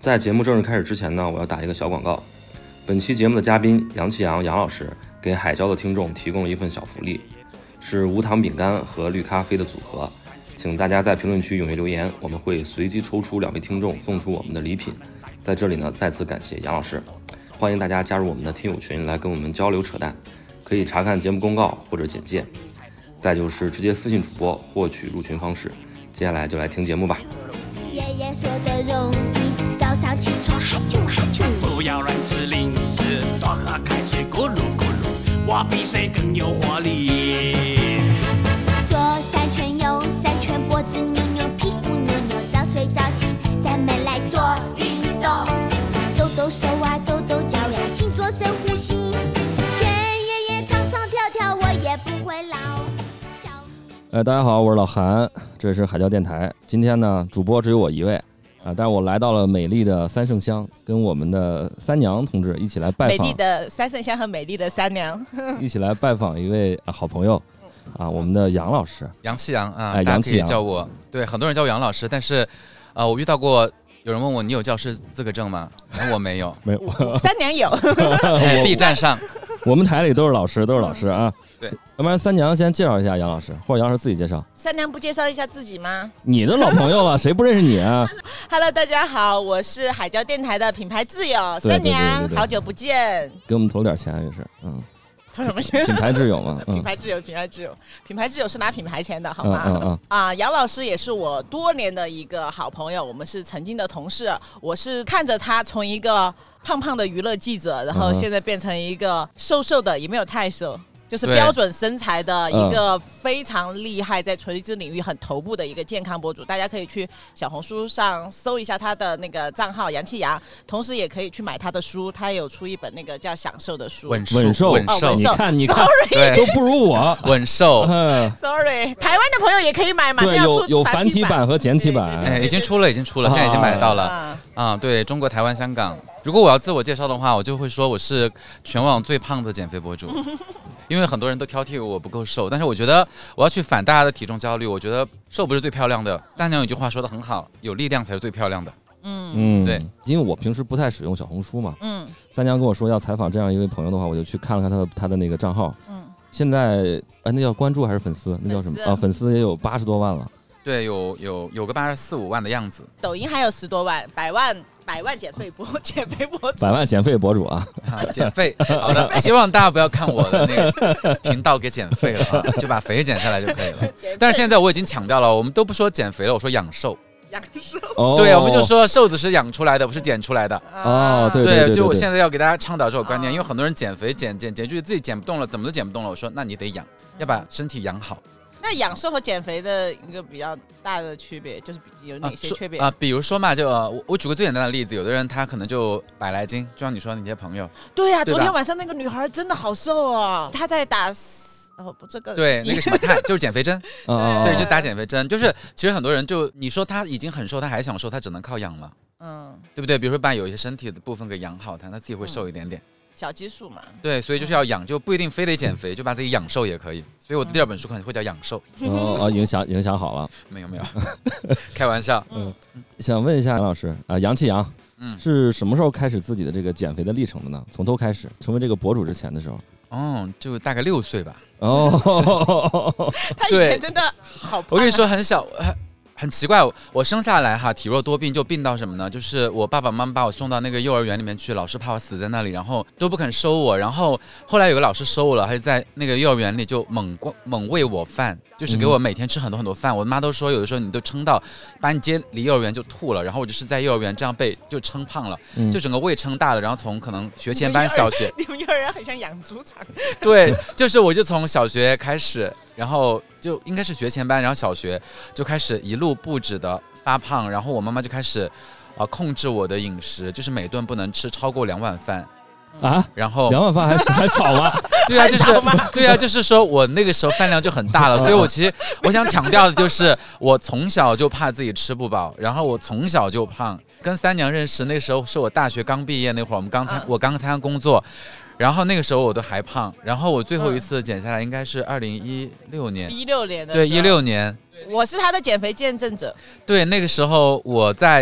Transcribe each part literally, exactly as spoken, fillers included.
在节目正式开始之前呢，我要打一个小广告。本期节目的嘉宾杨启阳杨老师给海椒的听众提供了一份小福利，是无糖饼干和绿咖啡的组合，请大家在评论区踊跃留言，我们会随机抽出两位听众送出我们的礼品。在这里呢，再次感谢杨老师，欢迎大家加入我们的听友群来跟我们交流扯淡，可以查看节目公告或者简介，再就是直接私信主播获取入群方式。接下来就来听节目吧。 爷爷说的容易，早上起床哈啾哈啾， 不要乱吃零食，多喝开水咕噜咕噜，我比谁更有活力。 左三圈右三圈，脖子扭扭屁股扭扭，早睡早起咱们来做运动，抖抖手啊抖抖脚呀，请做深呼吸，学爷爷唱唱跳跳，我也不会老。 呃，大家好，我是老韩，这是海椒电台。今天呢，主播只有我一位啊，但是我来到了美丽的三圣乡，跟我们的三娘同志一起来拜访。 美丽的三圣乡和美丽的三娘， 一起来拜访一位、啊、好朋友啊，我们的杨老师， 杨启阳啊， 哎、 大家可以杨启阳叫我，对，很多人叫我杨老师，但是，呃，我遇到过有人问我你有教师资格证吗？然后我没有， 没有， 三娘有哎，B 站上， 我们台里都是老师，都是老师啊。 对， 要不然三娘先介绍一下杨老师，或者杨老师自己介绍。 三娘不介绍一下自己吗？ 你的老朋友了，谁不认识你啊 ？Hello， 大家好，我是海椒电台的品牌挚友三娘，好久不见。 给我们投点钱也是，嗯。 投什么钱？ 品牌挚友嘛， 嗯、品牌挚友，品牌挚友，品牌挚友是拿品牌钱的，好吗？ 嗯嗯嗯、 啊，杨老师也是我多年的一个好朋友，我们是曾经的同事。我是看着他从一个胖胖的娱乐记者，然后现在变成一个瘦瘦的，也没有太瘦。就是标准身材的一个非常厉害，在垂直领域很头部的一个健康博主，大家可以去小红书上搜一下他的那个账号杨启阳，同时也可以去买他的书，他有出一本那个叫《享受》的书。 稳稳瘦， 稳瘦， 你看你看， 对， 都不如我稳瘦。 Sorry， 台湾的朋友也可以买嘛， 对，有有繁体版和简体版， 哎，已经出了，已经出了，现在已经买到了啊、嗯！对，中国台湾香港。如果我要自我介绍的话，我就会说我是全网最胖的减肥博主，因为很多人都挑剔我不够瘦，但是我觉得我要去反大家的体重焦虑。我觉得瘦不是最漂亮的，三娘有句话说得很好，有力量才是最漂亮的。 嗯嗯， 对， 因为我平时不太使用小红书嘛， 嗯， 三娘跟我说要采访这样一位朋友的话，我就去看了看他的他的那个账号， 嗯， 现在哎那叫关注还是粉丝？那叫什么啊？粉丝也有八十多万了。 对，有有有个八十四五万的样子。 抖音还有十多万，百万百万减肥博减肥博主， 百万减肥博主啊！ 啊减肥，好的，希望大家不要看我的那个频道给减肥了啊，就把肥减下来就可以了。但是现在我已经强调了，我们都不说减肥了，我说养瘦。 养瘦。 哦， 对，我们就说瘦子是养出来的，不是减出来的。 哦，对对对, 对, 对， 就我现在要给大家倡导这种观念，因为很多人减肥减减减，就是自己减不动了，怎么都减不动了。我说，那你得养，要把身体养好。 那养瘦和减肥的一个比较大的区别，就是有哪些区别啊、呃？比如说嘛，就、呃、我我举个最简单的例子，有的人他可能就百来斤，就像你说的你些朋友。 对呀、啊，昨天晚上那个女孩真的好瘦啊，她在打。哦，不，这个对那个什么肽就是减肥针， 哦、 对，就打减肥针，就是其实很多人就你说他已经很瘦，他还想瘦，他只能靠养了， 嗯， 对不对？比如说把有一些身体的部分给养好，他他自己会瘦一点点。 嗯小激素嘛， 对，所以就是要养，就不一定非得减肥，就把自己养瘦也可以。所以我的第二本书可能会叫养瘦。 哦哦，影响影响好了， 没有没有，开玩笑。 嗯，想问一下杨老师啊，杨启阳，嗯，是什么时候开始自己的这个减肥的历程的呢？从头开始，成为这个博主之前的时候。 哦，就大概六岁吧。 哦， 他以前真的好胖、啊。 我跟你说，很小。很奇怪，我生下来哈体弱多病，就病到什么呢？就是我爸爸妈妈把我送到那个幼儿园里面去，老师怕我死在那里，然后都不肯收我。然后后来有个老师收我了，他就在那个幼儿园里就猛猛喂我饭，就是给我每天吃很多很多饭。嗯、我妈都说有的时候你都撑到把你接离幼儿园就吐了。然后我就是在幼儿园这样被就撑胖了，嗯、就整个胃撑大了。然后从可能学前班、小学， 你们幼儿园很像养猪场。 对，就是我就从小学开始。然后就应该是学前班，然后小学就开始一路不止的发胖，然后我妈妈就开始，呃，控制我的饮食，就是每顿不能吃超过两碗饭， 啊， 然后两碗饭还还少吗？ 对啊，就是对啊，就是说我那个时候饭量就很大了，所以我其实我想强调的就是，我从小就怕自己吃不饱，然后我从小就胖。跟三娘认识那个时候是我大学刚毕业那会儿，我们刚参我刚参加工作。然后那个时候我都还胖，然后我最后一次减下来应该是二零一六年， 一六年的对一六年， 我是他的减肥见证者。 对，那个时候我在吃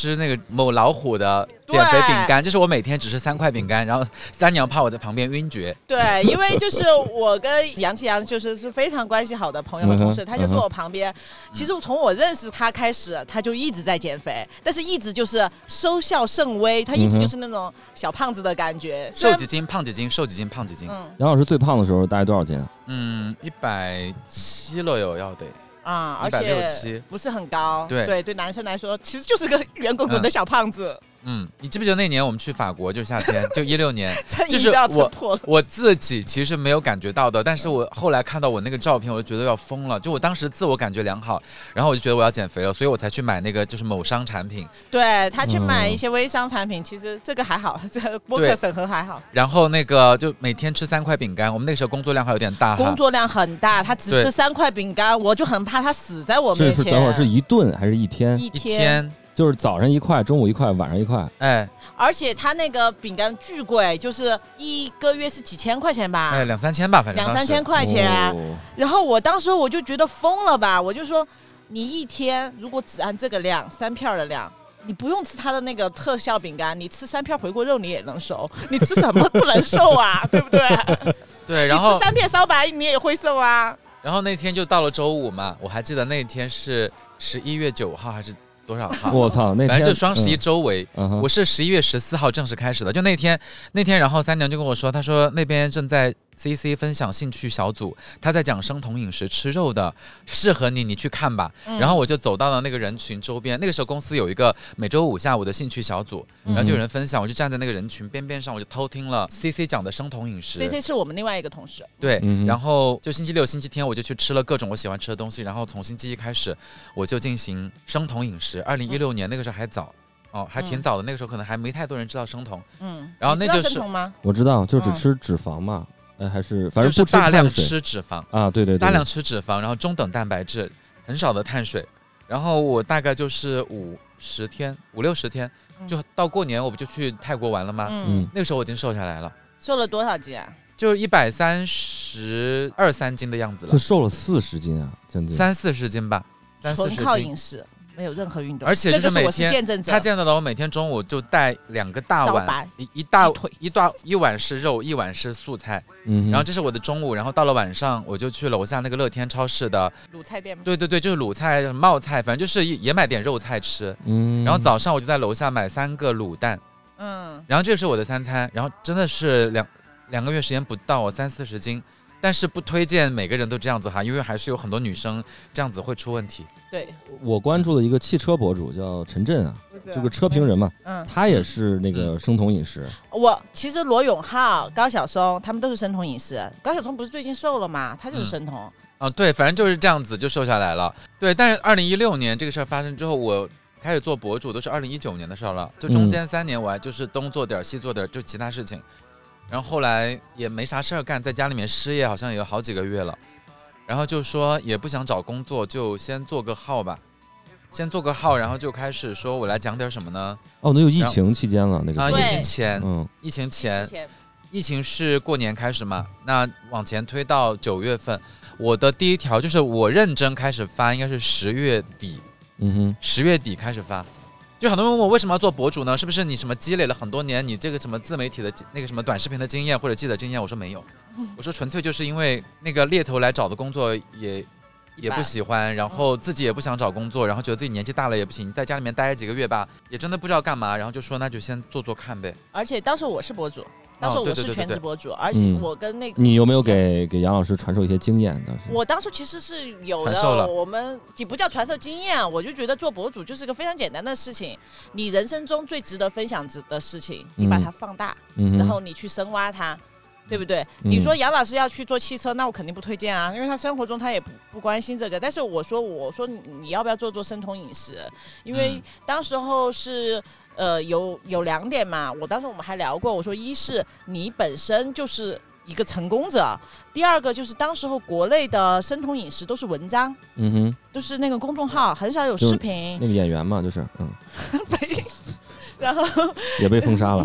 吃那个某老虎的减肥饼干，就是我每天只吃三块饼干，然后三娘怕我在旁边晕厥。 对，因为就是我跟杨奇阳就是是非常关系好的朋友和同事，他就坐我旁边。其实从我认识他开始，他就一直在减肥，但是一直就是收效甚微，他一直就是那种小胖子的感觉， 瘦几斤胖几斤，瘦几斤胖几斤。 嗯， 杨老师最胖的时候大概多少斤啊？ 嗯，一百七了有要得。 啊、嗯，而且不是很高， 对对，对男生来说其实就是个圆滚滚的小胖子。 嗯，你记不记得那年我们去法国，就是夏天，就一六年， 就是我我自己其实没有感觉到的，但是我后来看到我那个照片，我就觉得要疯了。就我当时自我感觉良好，然后我就觉得我要减肥了，所以我才去买那个就是某商产品。 对他去买一些微商产品，嗯、其实这个还好，这个播客审核还好。 然后那个就每天吃三块饼干，我们那个时候工作量还有点大， 工作量很大，他只吃三块饼干，我就很怕他死在我面前。 是是，等会儿是一顿还是一天？ 一天。 一天就是早上一块，中午一块，晚上一块。 哎， 而且他那个饼干巨贵，就是一个月是几千块钱吧？ 哎，两三千吧，反正两三千块钱、啊哦。 然后我当时我就觉得疯了吧，我就说，你一天如果只按这个量，三片的量，你不用吃他的那个特效饼干，你吃三片回锅肉你也能瘦，你吃什么不能瘦啊？对不对？ 对，然后你吃三片烧白你也会瘦啊。 然后那天就到了周五嘛，我还记得那天是十一月九号还是多少号？ 我操，那天反正就双十一周围， 嗯、 我是十一月十四号正式开始的。就那天，那天，然后三娘就跟我说，她说那边正在 C C 分享兴趣小组，她在讲生酮饮食，吃肉的，适合你，你去看吧。嗯、然后我就走到了那个人群周边，那个时候公司有一个每周五下午的兴趣小组，然后就有人分享，我就站在那个人群边边上，我就偷听了 C C 讲的生酮饮食。 C C 是我们另外一个同事。 对，嗯、然后就星期六、星期天我就去吃了各种我喜欢吃的东西，然后从星期一开始我就进行生酮饮食。二零一六年那个时候还早。哦，还挺早的，那个时候可能还没太多人知道生酮。 嗯， 然后那就是生酮吗？ 我知道，就只吃脂肪嘛，哎、嗯，还是反正不就是大量吃脂肪啊，对 对, 对， 大量吃脂肪，然后中等蛋白质，很少的碳水。然后我大概就是五十天、五六十天，就到过年我不就去泰国玩了吗？嗯，那个时候我已经瘦下来了。 瘦了多少斤啊？ 就一百三十二三斤的样子了。 就瘦了四十斤啊，将近三四十斤吧，三四十斤。 纯靠饮食。没有任何运动， 而且就是每天， 这个、是他见到了我每天中午就带两个大碗，一一大一大一碗是肉，一碗是素菜，嗯，然后这是我的中午，然后到了晚上我就去楼下那个乐天超市的卤菜店吗？ 对对对，就是卤菜、冒菜，反正就是也买点肉菜吃，嗯，然后早上我就在楼下买三个卤蛋，嗯，然后这是我的三餐，然后真的是两两个月时间不到，我三四十斤。但是不推荐每个人都这样子哈，因为还是有很多女生这样子会出问题。 对， 我关注的一个汽车博主叫陈震啊，这个车评人嘛，嗯，他也是那个生酮饮食。 我其实罗永浩、高晓松他们都是生酮饮食，高晓松不是最近瘦了吗？他就是生酮。嗯哦，对，反正就是这样子就瘦下来了。对，但是二零一六年这个事儿发生之后，我开始做博主都是二零一九年的事儿了，就中间三年我还就是东做点西做点，就其他事情。然后后来也没啥事儿干，在家里面失业好像也有好几个月了，然后就说也不想找工作，就先做个号吧，先做个号，然后就开始说我来讲点什么呢？ 哦，那就疫情期间了，那个啊，疫情前， 嗯， 疫情前，疫情是过年开始嘛，那往前推到九月份，我的第一条就是我认真开始发，应该是十月底，嗯哼，十月底开始发。就很多人问我为什么要做博主呢？是不是你什么积累了很多年你这个什么自媒体的那个什么短视频的经验或者记者经验？我说没有，我说纯粹就是因为那个猎头来找的工作也也不喜欢，然后自己也不想找工作，然后觉得自己年纪大了也不行，在家里面待几个月吧，也真的不知道干嘛，然后就说那就先做做看呗。 而且当时我是博主。当时我是全职博主，哦、对对对对对，而且我跟那个、 嗯、你有没有给给杨老师传授一些经验？当时我当初其实是有的， 传授了我们也不叫传授经验，我就觉得做博主就是个非常简单的事情，你人生中最值得分享的事情，你把它放大，嗯、然后你去深挖它。对不对？嗯、你说杨老师要去做汽车，那我肯定不推荐啊，因为他生活中他也不不关心这个。但是我说，我说你你要不要做做生酮饮食？因为当时候是呃有有两点嘛，我当时我们还聊过，我说一是你本身就是一个成功者，第二个就是当时候国内的生酮饮食都是文章，嗯哼，都是那个公众号，很少有视频。 那个演员嘛，就是嗯， 然后也被封杀了。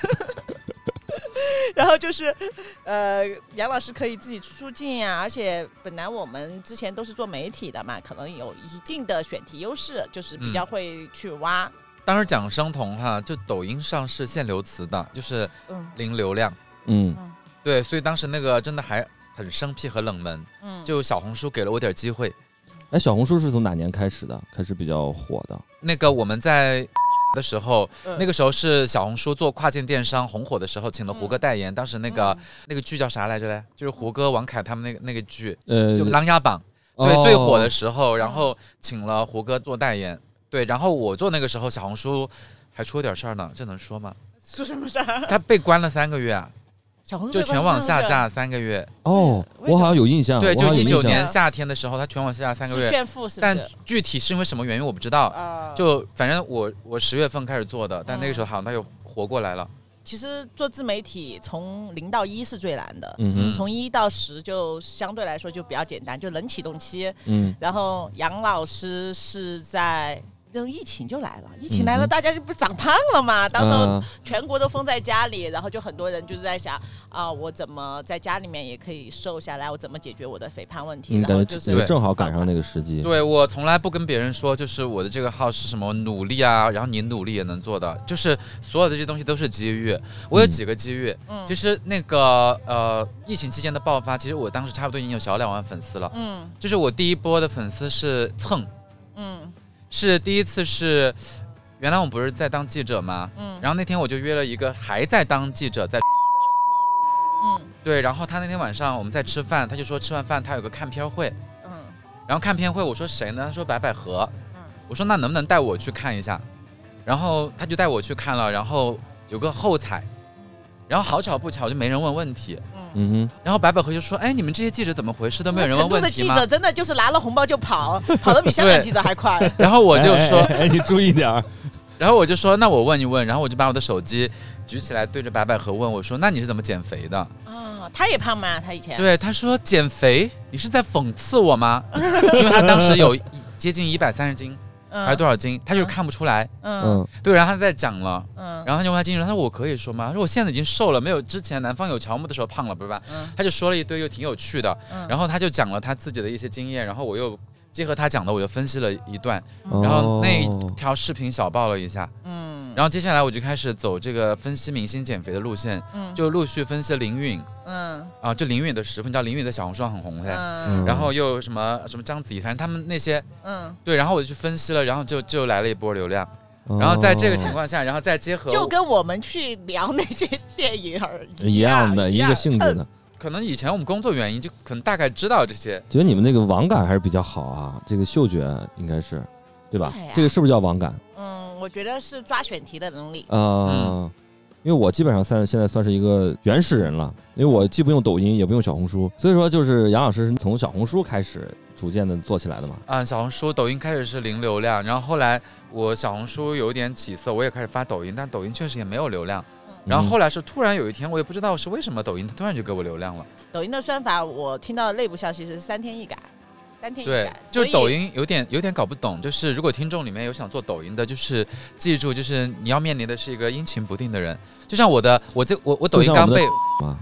然后就是，呃，杨老师可以自己出镜啊，而且本来我们之前都是做媒体的嘛，可能有一定的选题优势，就是比较会去挖当时讲生酮哈，就抖音上是限流词的，就是零流量。 嗯， 对，所以当时那个真的还很生僻和冷门。嗯，就小红书给了我点机会。 哎，小红书是从哪年开始的？开始比较火的？ 那个我们在的时候，嗯、那个时候是小红书做跨境电商红火的时候，请了胡歌代言。嗯、当时那个、嗯、那个剧叫啥来着嘞？就是胡歌、王凯他们那个那个剧，呃，就《琅琊榜》。对，哦、最火的时候，然后请了胡歌做代言。对，然后我做那个时候，小红书还出了点事儿呢，这能说吗？ 出什么事儿？ 他被关了三个月啊。 小红书就全网下架三个月哦，我好像有印象。 对，就一九年夏天的时候，他全网下架三个月， 炫富是不是？ 但具体是因为什么原因我不知道。呃、就反正我我十月份开始做的，但那个时候好像他又活过来了。 其实做自媒体从零到一是最难的， 嗯、 从一到十就相对来说就比较简单，就冷启动期。嗯，然后杨老师是在。就疫情就来了，疫情来了，大家就不长胖了嘛？嗯、当时候全国都封在家里，然后就很多人就是在想啊，我怎么在家里面也可以瘦下来？我怎么解决我的肥胖问题？ 嗯、 然后就是正好赶上那个时机。 对，我从来不跟别人说，就是我的这个号是什么努力啊，然后你努力也能做的，就是所有的这些东西都是机遇。我有几个机遇，嗯、其实那个呃疫情期间的爆发，其实我当时差不多已经有小两万粉丝了。嗯，就是我第一波的粉丝是蹭，嗯。是第一次是，原来我们不是在当记者吗？嗯，然后那天我就约了一个还在当记者在，嗯，对，然后他那天晚上我们在吃饭，他就说吃完饭他有个看片会，嗯，然后看片会我说谁呢？他说白百合，嗯，我说那能不能带我去看一下？然后他就带我去看了，然后有个后采。然后好巧不巧就没人问问题，嗯哼，然后白百合就说：“哎，你们这些记者怎么回事？都没有人问问题吗？” 成都的记者真的就是拿了红包就跑，跑得比香港记者还快。 然后我就说：“ 哎，你注意点。” 然后我就说：“那我问一问。”然后我就把我的手机举起来对着白百合问我说：“那你是怎么减肥的？” 啊，他也胖吗？他以前？ 对，他说：“减肥？你是在讽刺我吗？”因为他当时有接近一百三十斤。还是多少斤，他就是看不出来。嗯，对，然后他在讲了，嗯，然后他就问他经纪人，他说我可以说吗？他说我现在已经瘦了，没有之前南方有乔木的时候胖了，不是吧？嗯，他就说了一堆又挺有趣的，嗯，然后他就讲了他自己的一些经验，然后我又结合他讲的，我就分析了一段，嗯，然后那一条视频小爆了一下，嗯，然后接下来我就开始走这个分析明星减肥的路线，嗯，就陆续分析林允。嗯啊，就林允的食谱，你知道林允在小红书上很红噻，嗯，然后又什么什么章子怡，反正他们那些，嗯，对，然后我就去分析了，然后就就来了一波流量，哦，然后在这个情况下，然后再结合， 就跟我们去聊那些电影儿一样的一个性质的。 可能以前我们工作原因，就可能大概知道这些。 觉得你们那个网感还是比较好啊，这个嗅觉应该是，对吧？对啊，这个是不是叫网感？ 嗯，我觉得是抓选题的能力。 啊，呃。嗯，因为我基本上算现在算是一个原始人了，因为我既不用抖音也不用小红书，所以说就是杨老师是从小红书开始逐渐的做起来的嘛。 啊，小红书、抖音开始是零流量，然后后来我小红书有点起色，我也开始发抖音，但抖音确实也没有流量。然后后来是突然有一天，我也不知道是为什么抖音它突然就给我流量了。 抖音的算法我听到的内部消息是三天一改。 对，就是抖音有点有点搞不懂，就是如果听众里面有想做抖音的，就是记住，就是你要面临的是一个阴晴不定的人，就像我的，我这我我抖音刚被啊，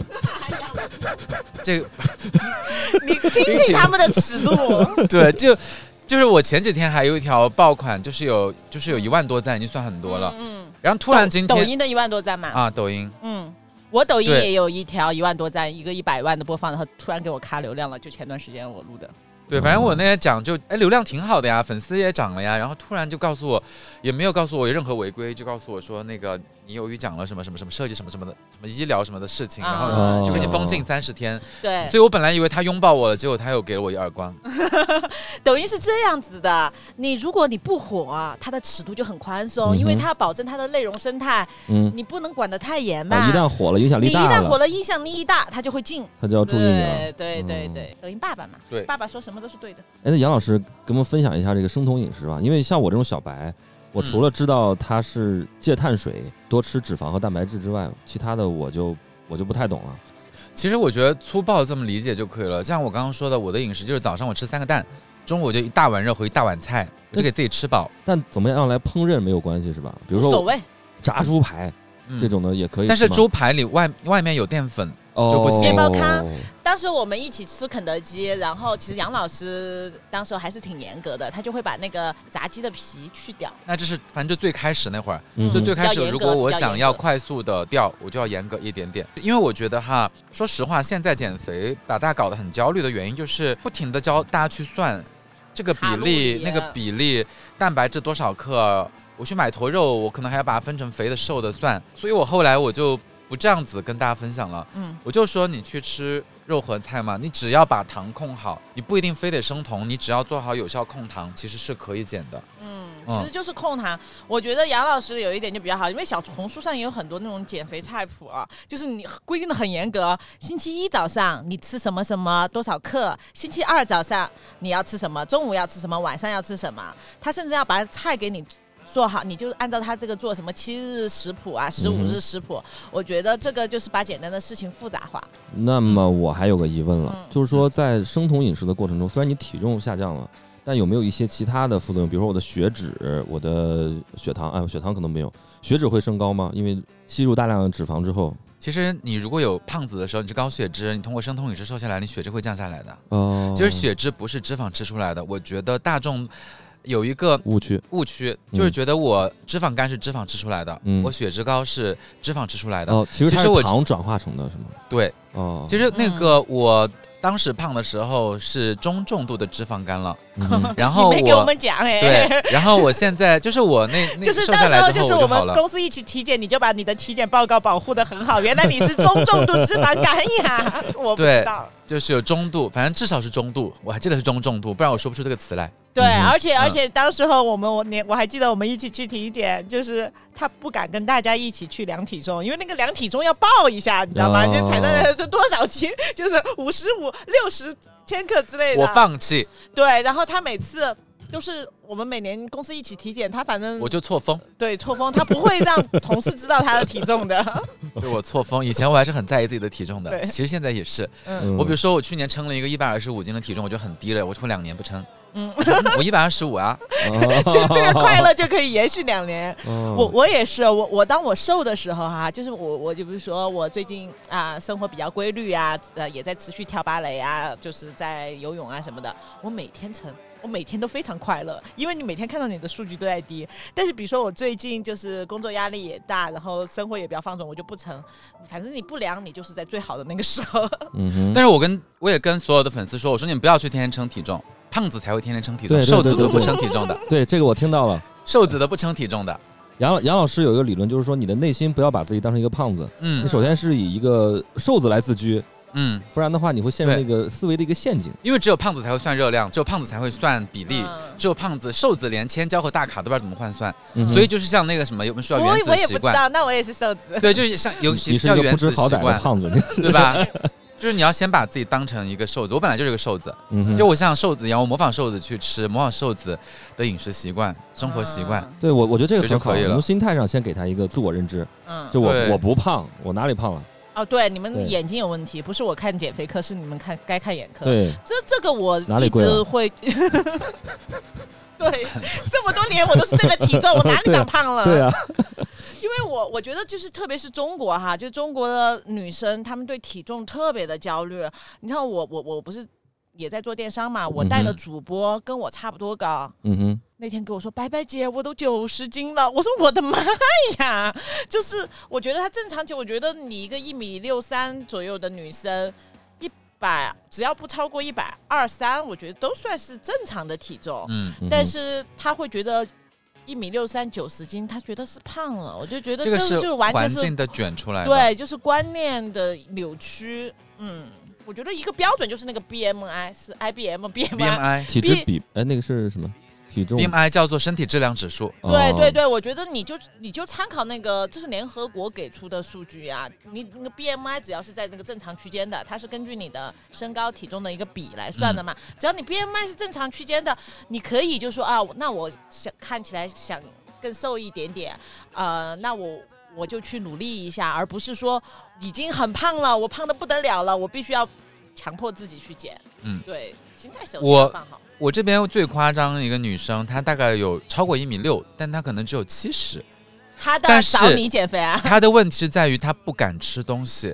这个你听听他们的尺度， 对，就就是我前几天还有一条爆款，就是有就是有一万多赞，已经算很多了，嗯，然后突然今天抖音的一万多赞嘛， 啊，抖音， 嗯。我抖音也有一条一万多赞，一个一百万的播放，然后突然给我卡流量了，就前段时间我录的。 对，反正我那天讲就，哎，流量挺好的呀，粉丝也涨了呀，然后突然就告诉我，也没有告诉我有任何违规，就告诉我说那个你由于讲了什么什么什么设计什么什么的什么医疗什么的事情，然后就给你封禁三十天。 对， 所以我本来以为他拥抱我了，结果他又给了我一耳光。 抖音是这样子的，你如果你不火啊，它的尺度就很宽松，嗯，因为它要保证它的内容生态，嗯，你不能管得太严吧， 啊。一旦火了，影响力大了， 你一旦火了，影响力一大，它就会禁， 它就要注意你了。 对对对对，嗯，抖音爸爸嘛， 对， 爸爸说什么都是对的。 哎，那杨老师给我们分享一下这个生酮饮食吧，因为像我这种小白，我除了知道它是戒碳水、多吃脂肪和蛋白质之外，其他的我就我就不太懂了。 其实我觉得粗暴这么理解就可以了。像我刚刚说的，我的饮食就是早上我吃三个蛋，中午我就一大碗肉和一大碗菜，我就给自己吃饱。 但怎么样来烹饪没有关系是吧？比如说无所谓， 炸猪排，嗯，这种的也可以。 但是猪排里外外面有淀粉。 哦， 就不行面包糠当时我们一起吃肯德基，然后其实杨老师当时还是挺严格的，他就会把那个炸鸡的皮去掉。 那这是反正就最开始那会儿， 嗯就最开始， 要严格如果我想要要严格快速的掉，我就要严格一点点。因为我觉得哈，说实话，现在减肥把大家搞得很焦虑的原因，就是不停的教大家去算这个比卡路例、 里那个比例，蛋白质多少克，我去买坨肉，我可能还要把它分成肥的、瘦的算。所以我后来我就不这样子跟大家分享了， 嗯， 我就说你去吃肉和菜嘛，你只要把糖控好，你不一定非得生酮，你只要做好有效控糖，其实是可以减的。 嗯， 嗯其实就是控糖。我觉得杨老师有一点就比较好，因为小红书上也有很多那种减肥菜谱啊，就是你规定的很严格。星期一早上你吃什么什么多少克，星期二早上你要吃什么，中午要吃什么，晚上要吃什么。他甚至要把菜给你做好，你就按照他这个做什么七日食谱啊、十五日食谱、嗯。我觉得这个就是把简单的事情复杂化。 那么我还有个疑问了， 嗯、 就是说在生酮饮食的过程中，虽然你体重下降了，但有没有一些其他的副作用？比如说我的血脂、我的血糖，哎，血糖可能没有，血脂会升高吗？因为吸入大量的脂肪之后。 其实你如果有胖子的时候，你是高血脂，你通过生酮饮食瘦下来，你血脂会降下来的。 哦， 其实血脂不是脂肪吃出来的，我觉得大众有一个误区， 误区就是觉得我脂肪肝是脂肪吃出来的， 嗯、 我血脂高是脂肪吃出来的。 哦，其实它是糖转化成的是吗？ 对， 哦， 其实那个我当时胖的时候是中重度的脂肪肝了， 嗯、 然后我你没给我们讲哎， 对，然后我现在就是我那那就是瘦下来之后就是我们我就好了。 公司一起体检，你就把你的体检报告保护得很好，原来你是中重度脂肪肝呀，我不知道。 就是有中度，反正至少是中度，我还记得是中重度，不然我说不出这个词来。 对， 嗯、 而且而且当时候我们我年我还记得我们一起去体检，就是他不敢跟大家一起去量体重，因为那个量体重要报一下，你知道吗？ 哦、 就才能是多少斤，就是五十五、六十千克之类的。 我放弃。 对，然后他每次都是我们每年公司一起体检，他反正我就错峰。 对，错峰，他不会让同事知道他的体重的。 对，我错峰。以前我还是很在意自己的体重的， 对其实现在也是。 嗯， 我比如说我去年称了一个一百二十五斤的体重，我就很低了，我会两年不称。 嗯， 我一百二十五啊， 这这个快乐就可以延续两年。 哦、 我我也是，我我当我瘦的时候哈、啊，就是我我就比如说我最近啊生活比较规律啊，呃也在持续跳芭蕾啊，就是在游泳啊什么的，我每天称。我每天都非常快乐，因为你每天看到你的数据都在低。但是比如说我最近就是工作压力也大，然后生活也比较放纵，我就不称。反正你不量，你就是在最好的那个时候。 嗯哼。 但是我跟我也跟所有的粉丝说，我说你们不要去天天称体重，胖子才会天天称体重， 对对对对对瘦子都不称体重的。 对，这个我听到了。 瘦子的不称体重的。 杨杨老师有一个理论，就是说你的内心不要把自己当成一个胖子， 嗯， 你首先是以一个瘦子来自居。 嗯， 不然的话你会陷入那个思维的一个陷阱， 因为只有胖子才会算热量，只有胖子才会算比例，嗯、只有胖子瘦子连千焦和大卡都不知道怎么换算，嗯、所以就是像那个什么，我们说到原子习惯， 我也不知道，那我也是瘦子， 对，就是像有叫原子习惯， 胖子， 对吧？就是你要先把自己当成一个瘦子，我本来就是个瘦子， 嗯、 就我像瘦子一样，我模仿瘦子去吃，模仿瘦子的饮食习惯、生活习惯。 嗯、 对我，我觉得这个就可以了。 从心态上先给他一个自我认知， 嗯， 就我我不胖，我哪里胖了？ 哦，对，你们眼睛有问题，不是我看减肥课，是你们看该看眼科。 对， 这这个我一直会。对，这么多年我都是这个体重，我哪里长胖了？ 对啊， 因为我我觉得就是特别是中国哈，就中国的女生，她们对体重特别的焦虑。你看我我我不是也在做电商嘛，我带的主播跟我差不多高。 嗯哼。 那天跟我说白白姐我都九十斤了，我说我的妈呀，就是我觉得她正常体，我觉得你一个一米六三左右的女生，一百只要不超过一百二三，我觉得都算是正常的体重。 嗯， 但是她会觉得一米六三九十斤，她觉得是胖了，我就觉得这个是就完全是环境的卷出来的， 对，就是观念的扭曲。嗯，我觉得一个标准就是那个 B M I 是 I B M B M I 体质比，哎，那个是什么？体重 B M I 叫做身体质量指数。 对对对，我觉得你就你就参考那个，这是联合国给出的数据呀、啊。你那个 B M I 只要是在那个正常区间的，它是根据你的身高体重的一个比来算的嘛。嗯、只要你 B M I 是正常区间的，你可以就说啊，那我想看起来想更瘦一点点，呃，那我我就去努力一下，而不是说已经很胖了，我胖得不得了了，我必须要强迫自己去减。嗯，对，心态首先要放好。 我这边最夸张的一个女生，她大概有超过一米六，但她可能只有七十。 她的找你减肥啊？ 她的问题是在于她不敢吃东西，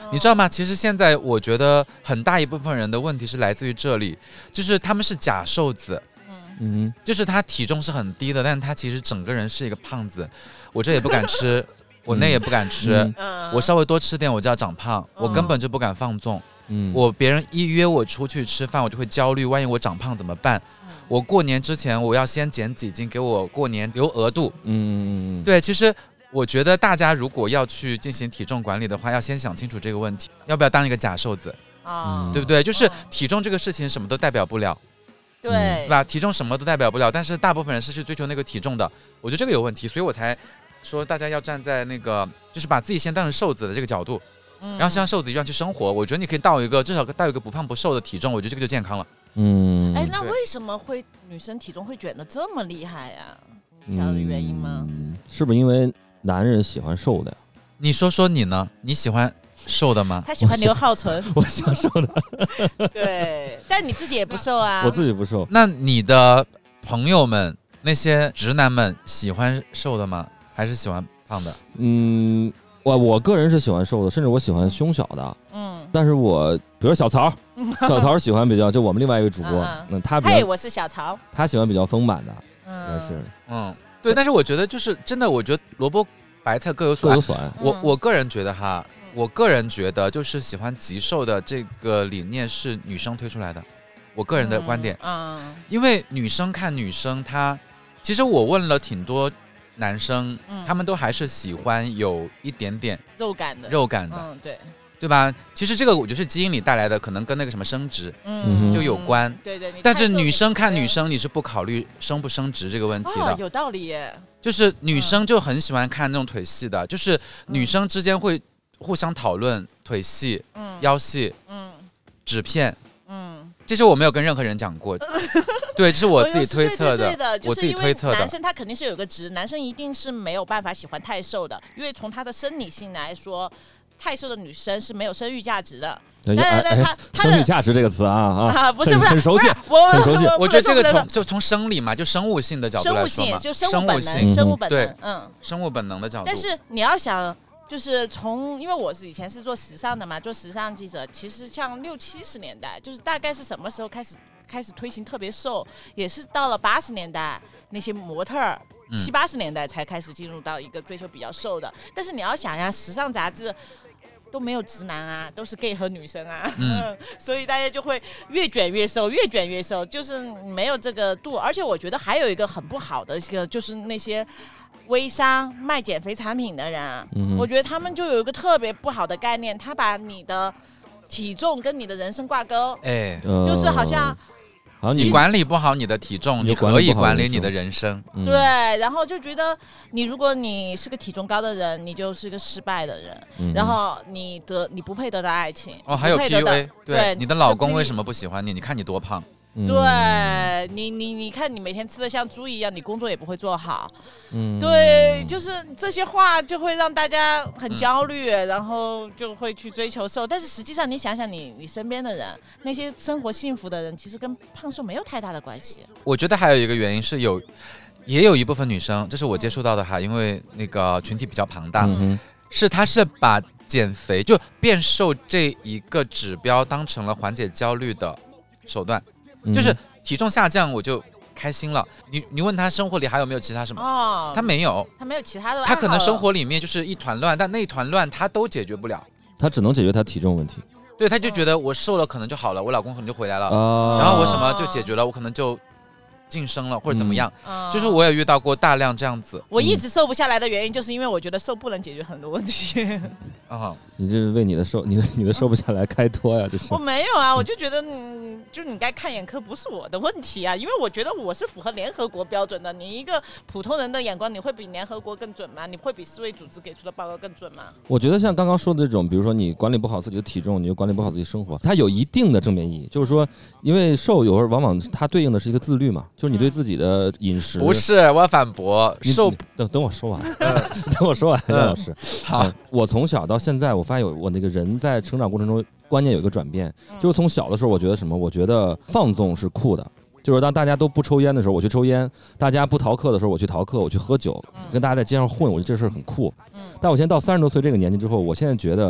你知道吗？其实现在我觉得很大一部分人的问题是来自于这里，就是他们是假瘦子， 嗯， 就是他体重是很低的，但是他其实整个人是一个胖子。我这也不敢吃，我那也不敢吃， 嗯我稍微多吃点我就要长胖， 嗯我根本就不敢放纵。 嗯， 我别人一约我出去吃饭，我就会焦虑，万一我长胖怎么办？我过年之前我要先减几斤，给我过年留额度。 嗯， 对，其实我觉得大家如果要去进行体重管理的话，要先想清楚这个问题，要不要当一个假瘦子， 啊， 对不对？就是体重这个事情什么都代表不了， 对对吧？体重什么都代表不了，但是大部分人是去追求那个体重的，我觉得这个有问题，所以我才说大家要站在那个，就是把自己先当成瘦子的这个角度，然后像瘦子一样去生活。我觉得你可以到一个至少到一个不胖不瘦的体重，我觉得这个就健康了。 嗯， 哎，那对为什么会女生体重会卷得这么厉害呀？你晓得原因吗？ 嗯，是不是因为男人喜欢瘦的呀？ 你说说你呢？你喜欢瘦的吗？ 他喜欢刘浩存， 我喜欢瘦的， 对，但你自己也不瘦啊。 我自己不瘦。 那你的朋友们那些直男们喜欢瘦的吗？还是喜欢胖的？ 嗯，我我个人是喜欢瘦的，甚至我喜欢胸小的。 嗯， 但是我比如小曹，小曹喜欢比较，就我们另外一位主播， 嗯那他比嘿， 较我是小曹。 他喜欢比较丰满的，应嗯， 该是嗯，对。但是我觉得就是真的，我觉得萝卜白菜各有所爱各有。所爱。 我嗯我个人觉得哈，我个人觉得就是喜欢极瘦的这个理念是女生推出来的，我个人的观点。 嗯， 因为女生看女生，她其实我问了挺多男生， 嗯他们都还是喜欢有一点点肉感的， 肉感的， 嗯，对， 对吧？其实这个我觉得是基因里带来的，可能跟那个什么生殖嗯就有关。 对对，你但是太瘦女生看女你生，你是不考虑生不生殖这个问题的。 哦，有道理耶。 就是女生就很喜欢看那种腿细的，就是女生之间会互相讨论腿细、 嗯腰细、 嗯纸片， 嗯， 这些我没有跟任何人讲过，对，这是我自己推测对对对的， 我自己推测的。 就是因为男生他肯定是有个值，男生一定是没有办法喜欢太瘦的，因为从他的生理性来说，太瘦的女生是没有生育价值的。 对但但他他的生育价值这个词啊啊， 啊，不是不是很熟悉， 我很熟悉我我觉得这个不能说从就从生理嘛，就生物性的角度生物来说嘛， 性就生生物本能， 性、 生物本对能，嗯。 生物本能的角度。 但是你要想，就是从，因为我是以前是做时尚的嘛，做时尚记者，其实像六七十年代，就是大概是什么时候开始开始推行特别瘦，也是到了八十年代，那些模特儿。 嗯七八十年代才开始进入到一个追求比较瘦的，但是你要想呀，时尚杂志都没有直男啊，都是 gay 和女生啊， 嗯所以大家就会越卷越瘦，越卷越瘦，就是没有这个度。而且我觉得还有一个很不好的一个，就是那些微商卖减肥产品的人啊， 嗯我觉得他们就有一个特别不好的概念，他把你的体重跟你的人生挂钩， 哎， 呃就是好像好像你你管理不好你的体重， 你你可以管理不好管理你的人生人生。 嗯对，然后就觉得你如果你是个体重高的人，你就是个失败的人， 嗯然后你得你不配得到爱情， 哦，还有不配得 P U 到 A， 对你的老公为什么？ 么不喜欢你？你看你多胖， 嗯对你，你你看，你每天吃的像猪一样，你工作也不会做好。 嗯对，就是这些话就会让大家很焦虑，然后就会去追求瘦。但是实际上，你想想你你身边的人，那些生活幸福的人，其实跟胖瘦没有太大的关系。 我觉得还有一个原因是有，也有一部分女生，这是我接触到的哈，因为那个群体比较庞大， 嗯哼是她是把减肥就变瘦这一个指标当成了缓解焦虑的手段， 嗯就是体重下降我就开心了。你你问她生活里还有没有其他什么？ 哦， 她没有， 他没有其他的爱好了， 她可能生活里面就是一团乱，但那一团乱她都解决不了。 他只能解决他体重问题对，她就觉得我瘦了可能就好了，我老公可能就回来了， 啊， 然后我什么就解决了，我可能就晋升了或者怎么样。 嗯就是我也遇到过大量这样子我一直瘦不下来的原因，就是因为我觉得瘦不能解决很多问题。 啊， 你这是为你的瘦你的你的瘦不下来开脱呀，这是我没有啊，我就觉得，嗯，就是你该看眼科不是我的问题啊，因为我觉得我是符合联合国标准的。你一个普通人的眼光，你会比联合国更准吗？你会比世卫组织给出的报告更准吗？ 我觉得像刚刚说的这种，比如说你管理不好自己的体重，你又管理不好自己生活，它有一定的正面意义。就是说，因为瘦有时候往往它对应的是一个自律嘛，就是你对自己的饮食不是，我要反驳， 你瘦你等等我说完，等我说完，张老师。 好呃我从小到现在，我发现有我那个人在成长过程中观念有一个转变，就是从小的时候，我觉得什么？我觉得放纵是酷的。就是当大家都不抽烟的时候，我去抽烟；大家不逃课的时候，我去逃课，我去喝酒，跟大家在街上混，我觉得这事儿很酷。但我现在到三十多岁这个年纪之后，我现在觉得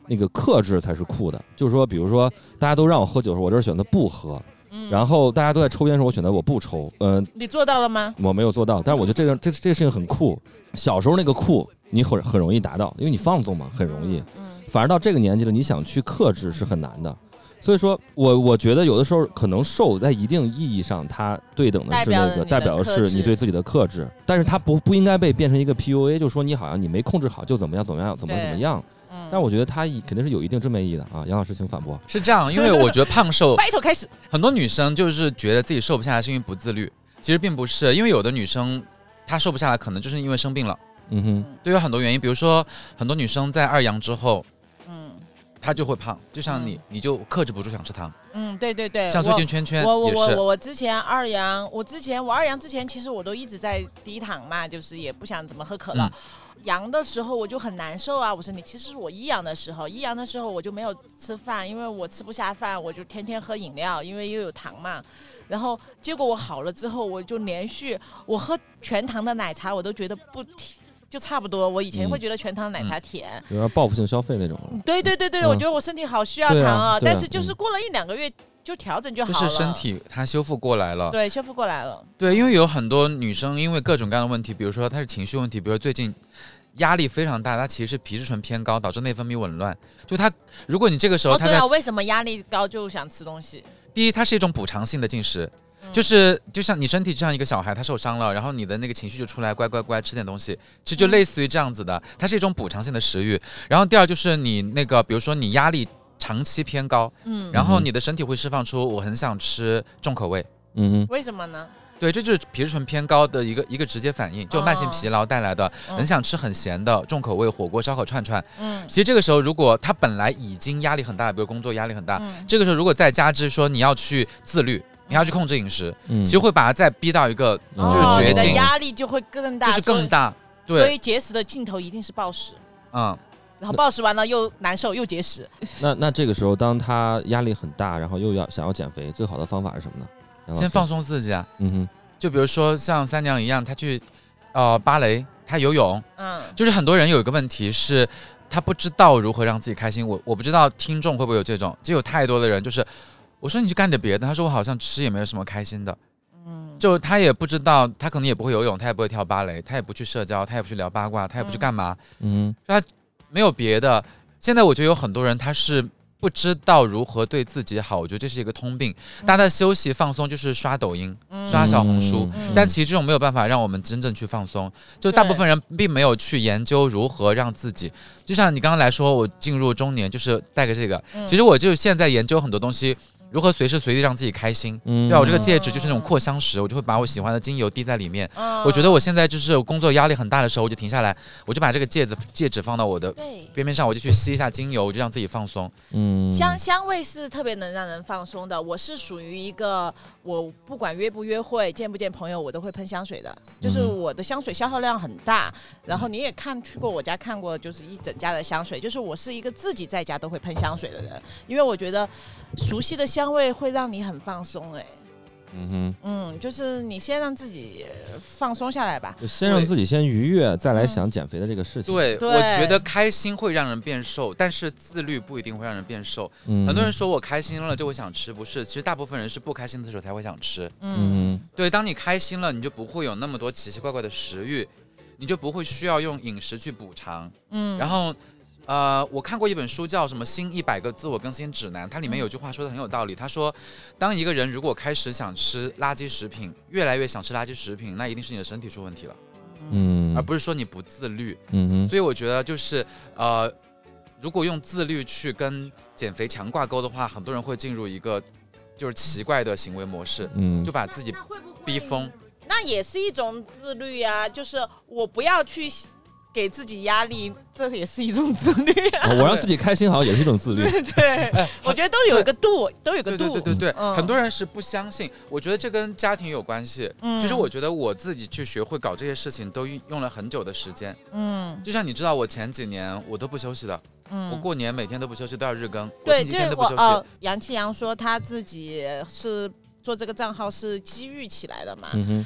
那个克制才是酷的。就是说，比如说大家都让我喝酒的时候，我这儿选择不喝。 嗯、 然后大家都在抽烟的时候，我选择我不抽。嗯、呃， 你做到了吗？ 我没有做到，但是我觉得这个这这个事情很酷。小时候那个酷，你很很容易达到，因为你放纵嘛，很容易。 嗯， 反而到这个年纪了，你想去克制是很难的。所以说我我觉得有的时候可能瘦在一定意义上，它对等的是那个代表的是你对自己的克制，但是它不不应该被变成一个 P U A， 就说你好像你没控制好就怎么样怎么样怎么怎么样。但我觉得它肯定是有一定正面意义的啊，杨老师请反驳。 是这样，因为我觉得胖瘦掰头开始， 很多女生就是觉得自己瘦不下来是因为不自律，其实并不是，因为有的女生她瘦不下来，可能就是因为生病了。 嗯哼， 对，有很多原因，比如说很多女生在二阳之后， 嗯， 她就会胖，就像你，嗯、你就克制不住想吃糖。 嗯，对对对， 像最近圈圈我我也是。 我我我之前二阳，我之前我二阳之前，其实我都一直在低糖嘛，就是也不想怎么喝可乐。嗯阳的时候我就很难受啊，我身体。其实是我一阳的时候，一阳的时候我就没有吃饭，因为我吃不下饭，我就天天喝饮料，因为又有糖嘛。然后结果我好了之后，我就连续我喝全糖的奶茶，我都觉得不甜，就差不多。我以前会觉得全糖的奶茶甜， 有点报复性消费那种。 对对对对，嗯、我觉得我身体好需要糖啊，啊但是就是过了一两个月。就调整就好了， 就是身体它修复过来了， 对，修复过来了。 对，因为有很多女生因为各种各样的问题，比如说她是情绪问题，比如说最近压力非常大，她其实是皮质醇偏高，导致内分泌紊乱。就她，如果你这个时候她在、 哦、对啊，为什么压力高就想吃东西？ 第一，它是一种补偿性的进食。就是就像你身体就像一个小孩，他受伤了，然后你的那个情绪就出来，乖乖乖吃点东西，其实就类似于这样子的，它是一种补偿性的食欲。然后第二就是你那个，比如说你压力长期偏高，嗯，然后你的身体会释放出我很想吃重口味， 嗯， 为什么呢？ 对，这就是皮质醇偏高的一个一个直接反应，就慢性疲劳带来的，哦、很想吃很咸的重口味火锅、烧烤、串串。嗯，其实这个时候如果他本来已经压力很大，比如工作压力很大，嗯、这个时候如果再加之说你要去自律。你要去控制饮食，嗯、其实会把它再逼到一个就是绝境， 哦、压力就会更大， 就是更大。对， 所以节食的尽头一定是暴食。嗯，然后暴食完了又难受又节食。 那那这个时候，当他压力很大，然后又要想要减肥，最好的方法是什么呢？ 先放松自己啊。 嗯哼， 就比如说像三娘一样，她去呃芭蕾，她游泳。嗯，就是很多人有一个问题是，他不知道如何让自己开心。我我不知道听众会不会有这种，就有太多的人就是。我说你去干点别的，他说我好像吃也没有什么开心的，嗯，就他也不知道，他可能也不会游泳，他也不会跳芭蕾，他也不去社交，他也不去聊八卦，他也不去干嘛，嗯，就他没有别的。现在我觉得有很多人他是不知道如何对自己好，我觉得这是一个通病。嗯、大家的休息放松就是刷抖音、嗯、刷小红书，嗯、但其实这种没有办法让我们真正去放松。就大部分人并没有去研究如何让自己，就像你刚刚来说，我进入中年就是带个这个，嗯、其实我就现在研究很多东西。如何随时随地让自己开心？嗯，对啊，我这个戒指就是那种扩香石，我就会把我喜欢的精油滴在里面。嗯、我觉得我现在就是工作压力很大的时候，我就停下来，我就把这个戒指戒指放到我的边边上，我就去吸一下精油，我就让自己放松。 嗯，香香味是特别能让人放松的。我是属于一个，我不管约不约会、见不见朋友，我都会喷香水的。就是我的香水消耗量很大。然后你也看去过我家看过，就是一整家的香水。就是我是一个自己在家都会喷香水的人，因为我觉得熟悉的香。香味会让你很放松，哎、欸，嗯哼，嗯，就是你先让自己放松下来吧， 先让自己先愉悦，再来想减肥的这个事情。 对，对我觉得开心会让人变瘦，但是自律不一定会让人变瘦。嗯、很多人说我开心了就会想吃，不是，其实大部分人是不开心的时候才会想吃。嗯，对，当你开心了，你就不会有那么多奇奇怪怪的食欲，你就不会需要用饮食去补偿。嗯，然后。呃，我看过一本书叫什么《新一百个自我更新指南》，它里面有句话说的很有道理。他说，当一个人如果开始想吃垃圾食品，越来越想吃垃圾食品，那一定是你的身体出问题了，嗯，而不是说你不自律。嗯，所以我觉得就是呃，如果用自律去跟减肥强挂钩的话，很多人会进入一个就是奇怪的行为模式，嗯，就把自己逼疯。 那也是一种自律啊，就是我不要去。给自己压力，这也是一种自律、啊哦。我让自己开心，好像也是一种自律。 对，哎、我觉得都有一个度，都有一个度。 对对对对对、嗯，很多人是不相信。我觉得这跟家庭有关系。嗯，其实我觉得我自己去学会搞这些事情，都用了很久的时间。嗯，就像你知道，我前几年我都不休息的。嗯，我过年每天都不休息，都要日更。 对， 我前几天都不休息。 呃、杨启阳说他自己是做这个账号是机遇起来的嘛。嗯哼。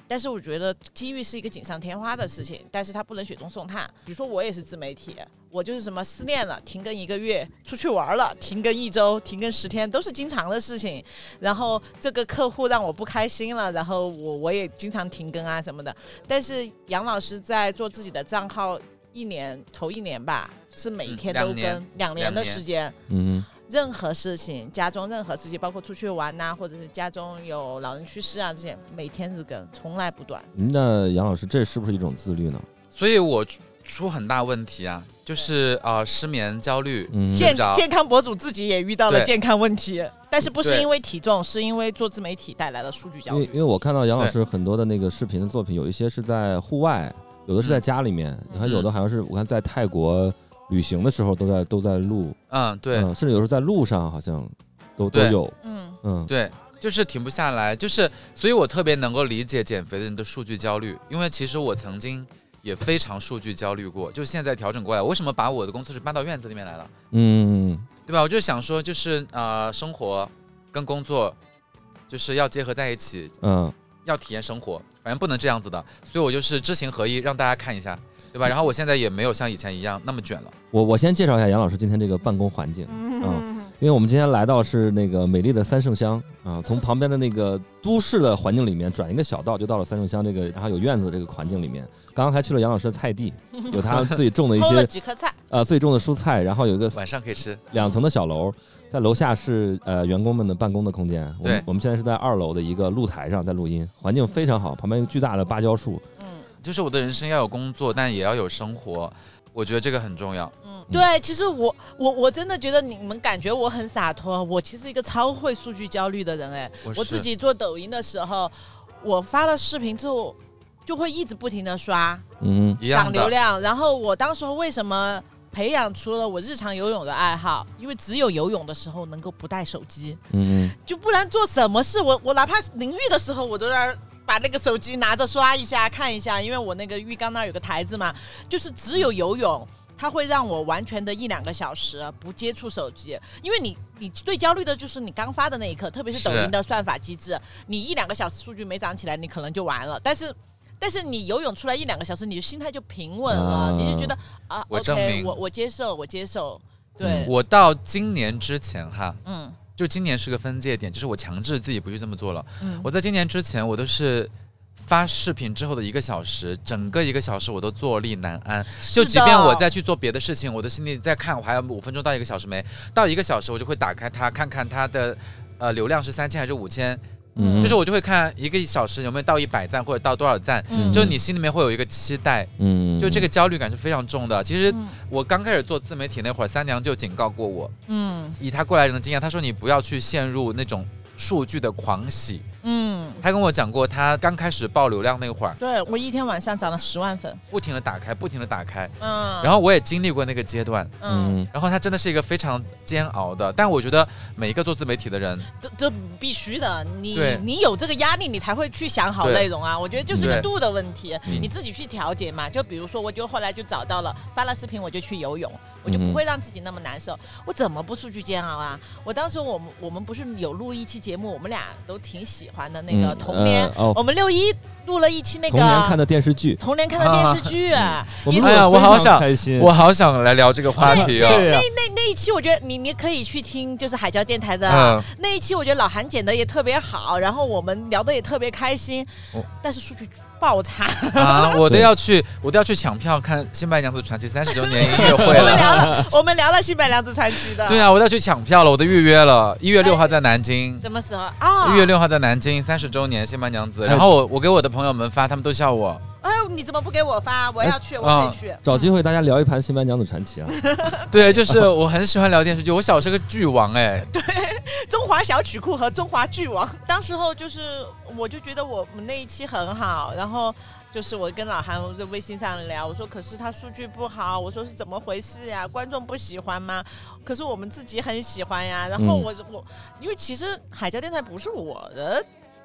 但是我觉得机遇是一个锦上添花的事情，但是它不能雪中送炭。比如说我也是自媒体，我就是什么失恋了停更一个月，出去玩了停更一周，停更十天，都是经常的事情。然后这个客户让我不开心了，然后我我也经常停更啊什么的。但是杨老师在做自己的账号一年头一年吧，是每一天都更，两、嗯、年, 年的时间。 嗯。 任何事情，家中任何事情，包括出去玩呐、啊，或者是家中有老人去世啊，这些每天日更，从来不断。 那杨老师，这是不是一种自律呢？ 所以我出很大问题啊，就是呃失眠、焦虑、 嗯、 健健康博主自己也遇到了健康问题，但是不是因为体重，是因为做自媒体带来的数据焦虑。 因为因为我看到杨老师很多的那个视频的作品，有一些是在户外，有的是在家里面，你、嗯、看有的好像是我看在泰国。旅行的时候都在都在录， 嗯，对，嗯， 甚至有时候在路上好像都都有， 嗯嗯，对，就是停不下来，就是所以我特别能够理解减肥的人的数据焦虑，因为其实我曾经也非常数据焦虑过，就现在调整过来，我为什么把我的工作室搬到院子里面来了？ 嗯， 对吧？我就想说，就是呃，生活跟工作就是要结合在一起， 嗯， 要体验生活，反正不能这样子的，所以我就是知行合一，让大家看一下。对吧？然后我现在也没有像以前一样那么卷了。 我我先介绍一下杨老师今天这个办公环境，嗯，因为我们今天来到是那个美丽的三圣乡啊，从旁边的那个都市的环境里面转一个小道就到了三圣乡这个，然后有院子的这个环境里面。刚刚还去了杨老师的菜地，有他自己种的一些偷了几颗菜， 呃，自己种的蔬菜，然后有一个晚上可以吃两层的小楼，在楼下是呃员工们的办公的空间。我们我们现在是在二楼的一个露台上在录音，环境非常好，旁边有巨大的芭蕉树。 就是我的人生要有工作，但也要有生活，我觉得这个很重要。 嗯，对，其实我我我真的觉得你们感觉我很洒脱，我其实一个超会数据焦虑的人哎。我, 我自己做抖音的时候，我发了视频之后，就会一直不停的刷， 嗯， 涨流量。然后我当时为什么培养出了我日常游泳的爱好？因为只有游泳的时候能够不带手机， 嗯， 就不然做什么事，我我哪怕淋浴的时候，我都在把那个手机拿着刷一下看一下，因为我那个浴缸那儿有个台子嘛，就是只有游泳它会让我完全的一两个小时不接触手机，因为你你最焦虑的就是你刚发的那一刻，特别是抖音的算法机制，你一两个小时数据没涨起来你可能就完了，但是但是你游泳出来一两个小时你的心态就平稳了、啊、你就觉得啊我证明 OK 我我接受我接受对、 嗯、我到今年之前哈嗯就今年是个分界点，就是我强制自己不去这么做了、 嗯、 我在今年之前我都是发视频之后的一个小时，整个一个小时我都坐立难安，就即便我再去做别的事情，我的心里在看我还有五分钟到一个小时没到一个小时，我就会打开它看看它的呃流量是三千还是五千，嗯，就是我就会看一个小时有没有到一百赞或者到多少赞，嗯，就你心里面会有一个期待，嗯，就这个焦虑感是非常重的。其实我刚开始做自媒体那会儿，三娘就警告过我，嗯，以他过来人的经验，他说你不要去陷入那种数据的狂喜。嗯，他跟我讲过，他刚开始爆流量那会儿， 对我一天晚上涨了十万粉， 不停的打开，不停的打开，嗯，然后我也经历过那个阶段，嗯，然后他真的是一个非常煎熬的，但我觉得每一个做自媒体的人， 这这必须的，你你有这个压力，你才会去想好内容啊。我觉得就是个度的问题，你自己去调节嘛。就比如说，我就后来就找到了，发了视频我就去游泳，我就不会让自己那么难受。我怎么不数据煎熬啊？我当时我们我们不是有录一期节目，我们俩都挺喜欢的那个童年，嗯呃哦、我们六一录了一期那个童年看的电视剧， 童年看的电视剧，啊我们哎呀，我好想，我好想来聊这个话题啊！ 那那那那一期，我觉得你你可以去听，就是海椒电台的、嗯、那一期，我觉得老韩剪的也特别好，然后我们聊的也特别开心，哦、但是数据爆差啊！我都要去，我都要去抢票看《新白娘子传奇》三十周年音乐会了。 我们聊了，我们聊了《新白娘子传奇》的。 对啊，我都要去抢票了，我都预约了，一月六号在南京。 什么时候啊？ 一月六号在南京，三十周年《新白娘子》。然后我我给我的朋友们发，他们都笑我。 哎，你怎么不给我发？我要去，我可以去、嗯。 找机会大家聊一盘《新白娘子传奇》啊！ 对，就是我很喜欢聊电视剧，我小时候是个剧王哎。 对，中华小曲库和中华剧王，当时候就是我就觉得我们那一期很好，然后。就是我跟老韩在微信上聊，我说可是他数据不好，我说是怎么回事呀？观众不喜欢吗？可是我们自己很喜欢呀。然后我、嗯、我因为其实海椒电台不是我的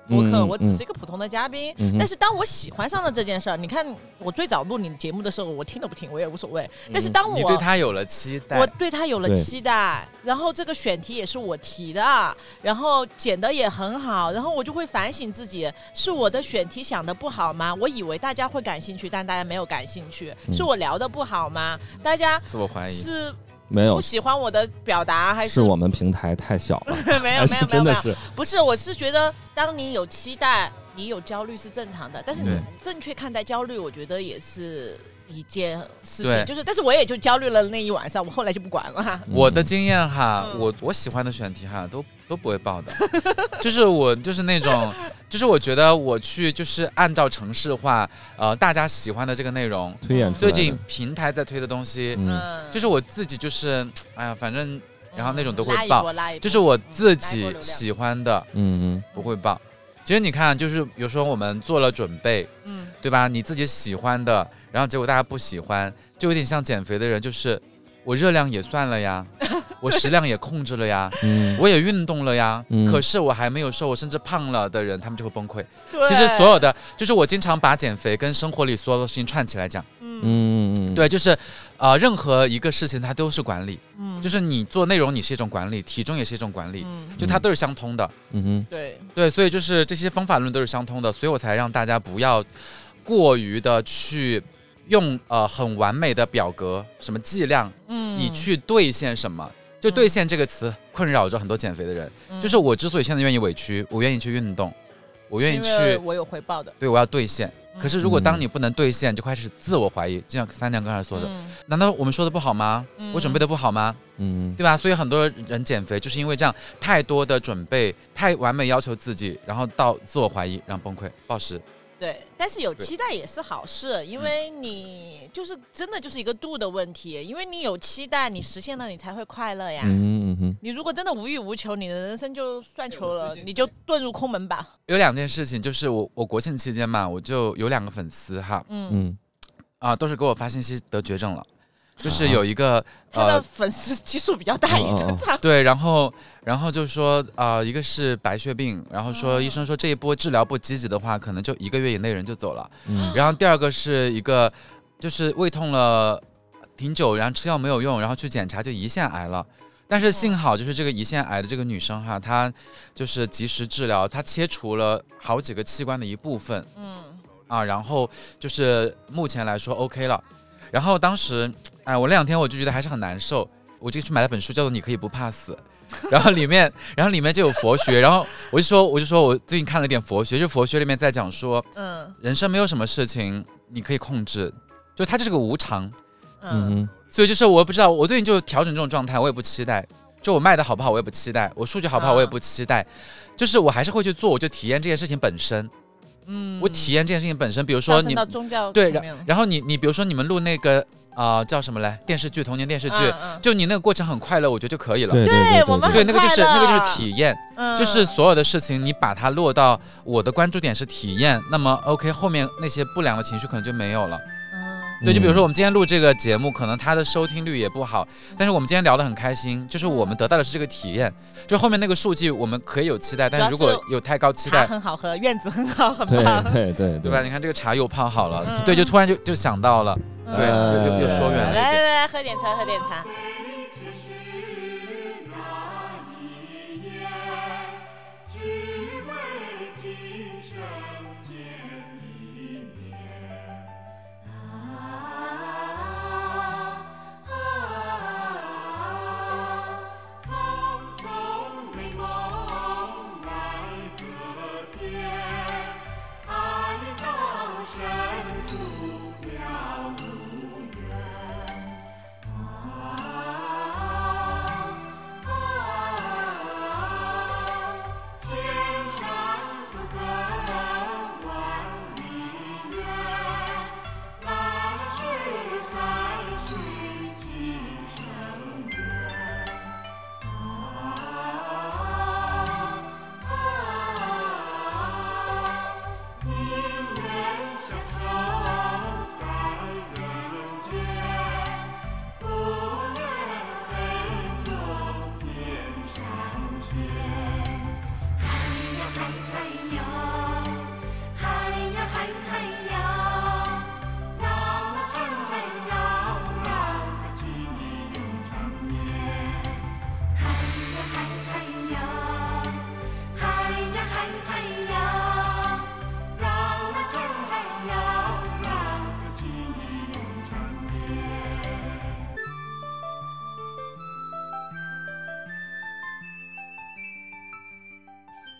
播客， 嗯我只是一个普通的嘉宾。 嗯、 但是当我喜欢上了这件事儿，你看我最早录你节目的时候，我听都不听，我也无所谓。但是当我你对他有了期待， 我对他有了期待，然后这个选题也是我提的，然后剪得也很好，然后我就会反省自己，是我的选题想的不好吗？我以为大家会感兴趣，但大家没有感兴趣， 嗯、 是我聊的不好吗？大家自我怀疑是。 没有不喜欢我的表达，还是是我们平台太小了？ 没有没有真的是不是，我是觉得当你有期待，你有焦虑是正常的，但是你正确看待焦虑，我觉得也是一件事情。就是，但是我也就焦虑了那一晚上，我后来就不管了。 我的经验哈， 嗯、 我我喜欢的选题哈，都都不会报的，就是我就是那种。就是我觉得我去就是按照程式化，呃，大家喜欢的这个内容推演出来， 最近平台在推的东西， 嗯， 就是我自己就是，哎呀，反正然后那种都会报， 嗯、 就是我自己喜欢的， 嗯嗯， 不会报。其实你看，就是比如说我们做了准备，嗯，对吧？你自己喜欢的，然后结果大家不喜欢，就有点像减肥的人，就是我热量也算了呀。我食量也控制了呀，嗯、我也运动了呀、嗯，可是我还没有瘦，我甚至胖了的人，他们就会崩溃。其实所有的，就是我经常把减肥跟生活里所有的事情串起来讲。嗯嗯，对，就是，呃，任何一个事情它都是管理。嗯，就是你做内容，你是一种管理，体重也是一种管理，嗯、就它都是相通的。嗯哼， 对对，所以就是这些方法论都是相通的，所以我才让大家不要过于的去。用呃很完美的表格，什么剂量，嗯，你去兑现什么？就兑现这个词困扰着很多减肥的人。嗯、就是我之所以现在愿意委屈，我愿意去运动，我愿意去， 我有回报的， 对，我要兑现。嗯、可是如果当你不能兑现，就开始自我怀疑，就像三娘刚才说的，嗯、难道我们说的不好吗？嗯、我准备的不好吗？嗯，对吧？所以很多人减肥就是因为这样，太多的准备，太完美要求自己，然后到自我怀疑，然后崩溃暴食。 对，但是有期待也是好事，因为你就是真的就是一个度的问题，因为你有期待，你实现了，你才会快乐呀。嗯嗯你如果真的无欲无求，你的人生就算求了，你就遁入空门吧。 有两件事情，就是我我国庆期间嘛，我就有两个粉丝哈，嗯嗯，啊，都是给我发信息得绝症了。就是有一个、啊呃、他的粉丝基数比较大，也正常。 对，然后然后就说啊、呃，一个是白血病，然后说、哦、医生说这一波治疗不积极的话，可能就一个月以内人就走了。嗯，然后第二个是一个就是胃痛了挺久，然后吃药没有用，然后去检查就胰腺癌了。但是幸好就是这个胰腺癌的这个女生哈，她就是及时治疗，她切除了好几个器官的一部分。嗯，啊，然后就是目前来说 OK 了。然后当时，哎，我那两天我就觉得还是很难受，我就去买了本书，叫做《你可以不怕死》，然后里面，然后里面就有佛学，然后我就说，我就说我最近看了点佛学，就佛学里面在讲说，嗯，人生没有什么事情你可以控制，就它就是个无常，嗯，所以就是我不知道，我最近就调整这种状态，我也不期待，就我卖的好不好我也不期待，我数据好不好我也不期待，就是我还是会去做，我就体验这件事情本身。嗯，我体验这件事情本身，比如说你对，然然后你你比如说你们录那个呃叫什么来电视剧童年电视剧，嗯嗯、就你那个过程很快乐，我觉得就可以了。 对对对对， 我们对那个就是那个就是体验，嗯、就是所有的事情你把它落到我的关注点是体验，那么 OK 后面那些不良的情绪可能就没有了。对，就比如说我们今天录这个节目，可能它的收听率也不好，但是我们今天聊得很开心，就是我们得到的是这个体验。就后面那个数据我们可以有期待，但是如果有太高期待， 茶很好喝，院子很好，很棒，对对对， 对吧？你看这个茶又泡好了，嗯、对，就突然就就想到了，嗯、对，就就就说远了一点。 来来来，喝点茶，喝点茶。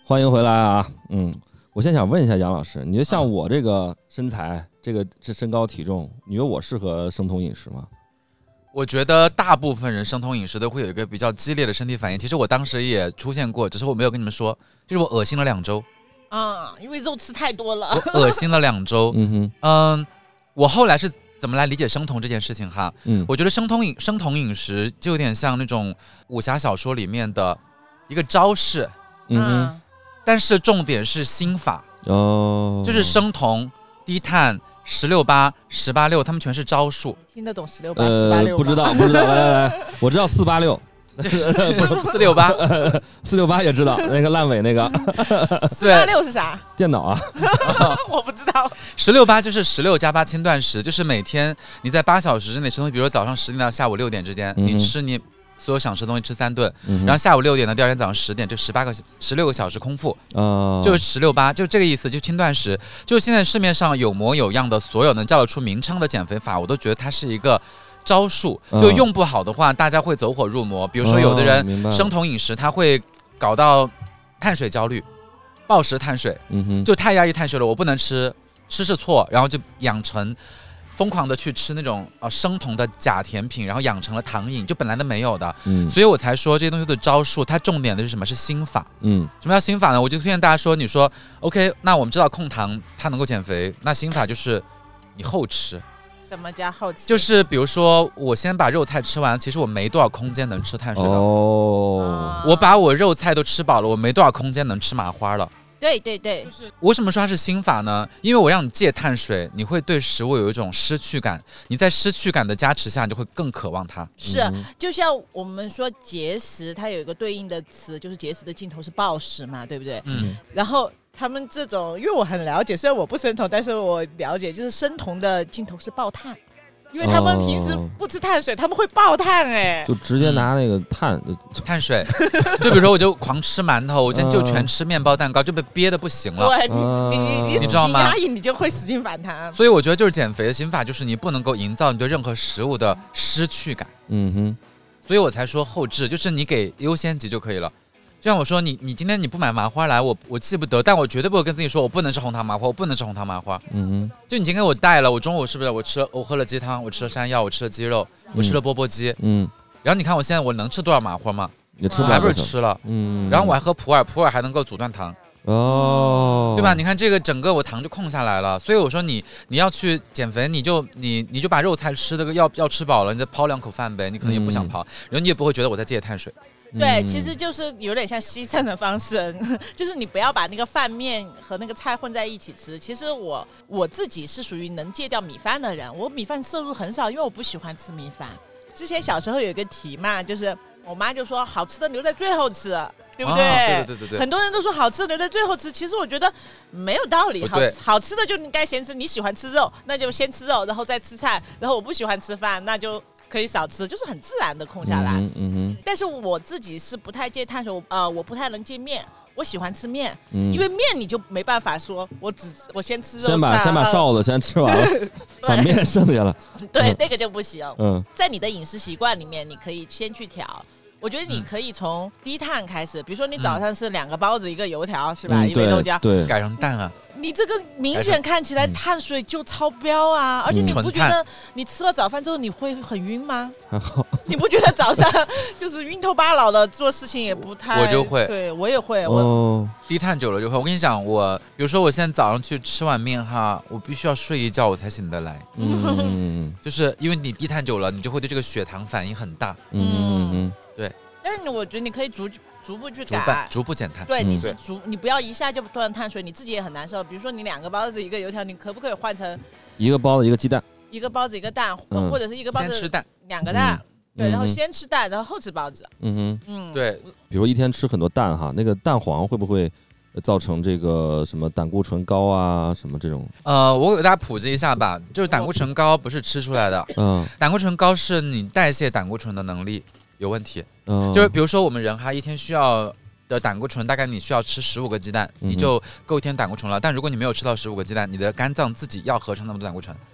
欢迎回来啊！嗯，我先想问一下杨老师，你觉得像我这个身材、这个这身高体重，你觉得我适合生酮饮食吗？ 我觉得大部分人生酮饮食都会有一个比较激烈的身体反应。其实我当时也出现过，只是我没有跟你们说，就是我恶心了两周。 啊，因为肉吃太多了， 我恶心了两周。 嗯哼， 嗯，我后来是怎么来理解生酮这件事情哈？ 嗯， 我觉得生酮饮生酮饮食就有点像那种武侠小说里面的一个招式。 嗯哼， 但是重点是心法哦， 就是生酮、低碳、十六八、十八六，他们全是招数。 听得懂十六八、十八六？ 不知道，不知道。来来来，我知道四八六， 四六八， 四六八也知道，那个烂尾那个。 四八六是啥？ 电脑啊， 我不知道。 十六八就是十六加八轻断食，就是每天你在八小时之内吃东西，比如说早上十点到下午六点之间， 嗯、 你吃你。所有想吃的东西吃三顿， 嗯、 然后下午六点呢，第二天早上十点就十八个十六个小时空腹， 哦、 就是十六八，就这个意思，就轻断食。就是现在市面上有模有样的所有能叫得出名称的减肥法，我都觉得它是一个招数，就用不好的话，大家会走火入魔。比如说有的人生酮饮食，他会搞到碳水焦虑、暴食碳水， 嗯哼， 就太压抑碳水了，我不能吃，吃是错，然后就养成。疯狂的去吃那种呃生酮的假甜品，然后养成了糖瘾，就本来都没有的， 嗯， 所以我才说这些东西的招数，它重点的是什么？是心法， 嗯， 什么叫心法呢？我就推荐大家说，你说 OK， 那我们知道控糖它能够减肥，那心法就是你后吃。 什么叫后吃？ 就是比如说我先把肉菜吃完，其实我没多少空间能吃碳水了。 哦， 我把我肉菜都吃饱了，我没多少空间能吃麻花了。 对对对， 就是我为什么说它是心法呢？因为我让你戒碳水，你会对食物有一种失去感，你在失去感的加持下，你就会更渴望它。 是，就像我们说节食，它有一个对应的词，就是节食的尽头是暴食嘛，对不对？ 嗯。 然后他们这种，因为我很了解，虽然我不生酮，但是我了解，就是生酮的尽头是爆碳。因为他们平时不吃碳水，哦、他们会爆碳哎， 就直接拿那个碳、 嗯、碳水，就比如说我就狂吃馒头，我今天就全吃面包蛋糕，就被憋得不行了。 对，你你你你知道吗？ 压抑你就会使劲反弹。 所以我觉得就是减肥的心法，就是你不能够营造你对任何食物的失去感。 嗯哼， 所以我才说后置，就是你给优先级就可以了。就像我说，你你今天你不买麻花来，我我记不得，但我绝对不会跟自己说我不能吃红糖麻花，我不能吃红糖麻花。 嗯哼， 就你今天给我带了，我中午是不是我吃了我喝了鸡汤，我吃了山药，我吃了鸡肉，我吃了钵钵鸡， 嗯， 然后你看我现在我能吃多少麻花吗？ 也吃不了， 还不是吃了， 嗯， 然后我还喝普洱，普洱还能够阻断糖， 哦， 对吧？你看这个整个我糖就控下来了，所以我说你你要去减肥，你就你你就把肉菜吃的个要要吃饱了，你再抛两口饭呗，你可能也不想抛，嗯、然后你也不会觉得我在戒碳水。 对，其实就是有点像牺牲的方式，就是你不要把那个饭面和那个菜混在一起吃。其实我我自己是属于能戒掉米饭的人，我米饭摄入很少，因为我不喜欢吃米饭。之前小时候有一个题嘛，就是我妈就说好吃的留在最后吃，对不对？ 啊、对对对对。 很多人都说好吃的留在最后吃，其实我觉得没有道理。好好吃的就应该先吃，你喜欢吃肉，那就先吃肉，然后再吃菜。然后我不喜欢吃饭，那就可以少吃，就是很自然的控下来。 嗯嗯哼。 但是我自己是不太戒碳水，呃，我不太能戒面。我喜欢吃面， 嗯、 因为面你就没办法说，我只我先吃肉， 先把先把臊子先吃完了，把面剩下了。 对，那个就不行。 嗯， 在你的饮食习惯里面，你可以先去调。我觉得你可以从低碳开始，比如说你早上是两个包子一个油条，是吧？ 嗯、 一杯豆浆， 对， 改成蛋啊。 你这个明显看起来碳水就超标啊！而且你不觉得你吃了早饭之后你会很晕吗？ 还好， 你不觉得早上就是晕头巴脑的，做事情也不太…… 我就会， 对我也会。 哦， 低碳久了就会。我跟你讲，我比如说我现在早上去吃碗面哈，我必须要睡一觉我才醒得来。 嗯， 就是因为你低碳久了，你就会对这个血糖反应很大。 嗯嗯， 对。 但是我觉得你可以逐逐步去改， 逐步减碳。 对，你是逐，你不要一下就断碳水，你自己也很难受。比如说你两个包子一个油条，你可不可以换成一个包子一个鸡蛋， 一个包子一个蛋， 嗯、 或者是一个包子先吃蛋， 两个蛋， 嗯、 对，然后先吃蛋，然后后吃包子。 嗯哼， 嗯， 对。 比如一天吃很多蛋哈，那个蛋黄会不会造成这个什么胆固醇高啊什么这种？ 呃，我给大家普及一下吧，就是胆固醇高不是吃出来的， 嗯， 胆固醇高是你代谢胆固醇的能力有问题。 嗯， 就是比如说我们人哈一天需要的胆固醇，大概你需要吃十五个鸡蛋， 嗯、 你就够一天胆固醇了。但如果你没有吃到十五个鸡蛋，你的肝脏自己要合成那么多胆固醇，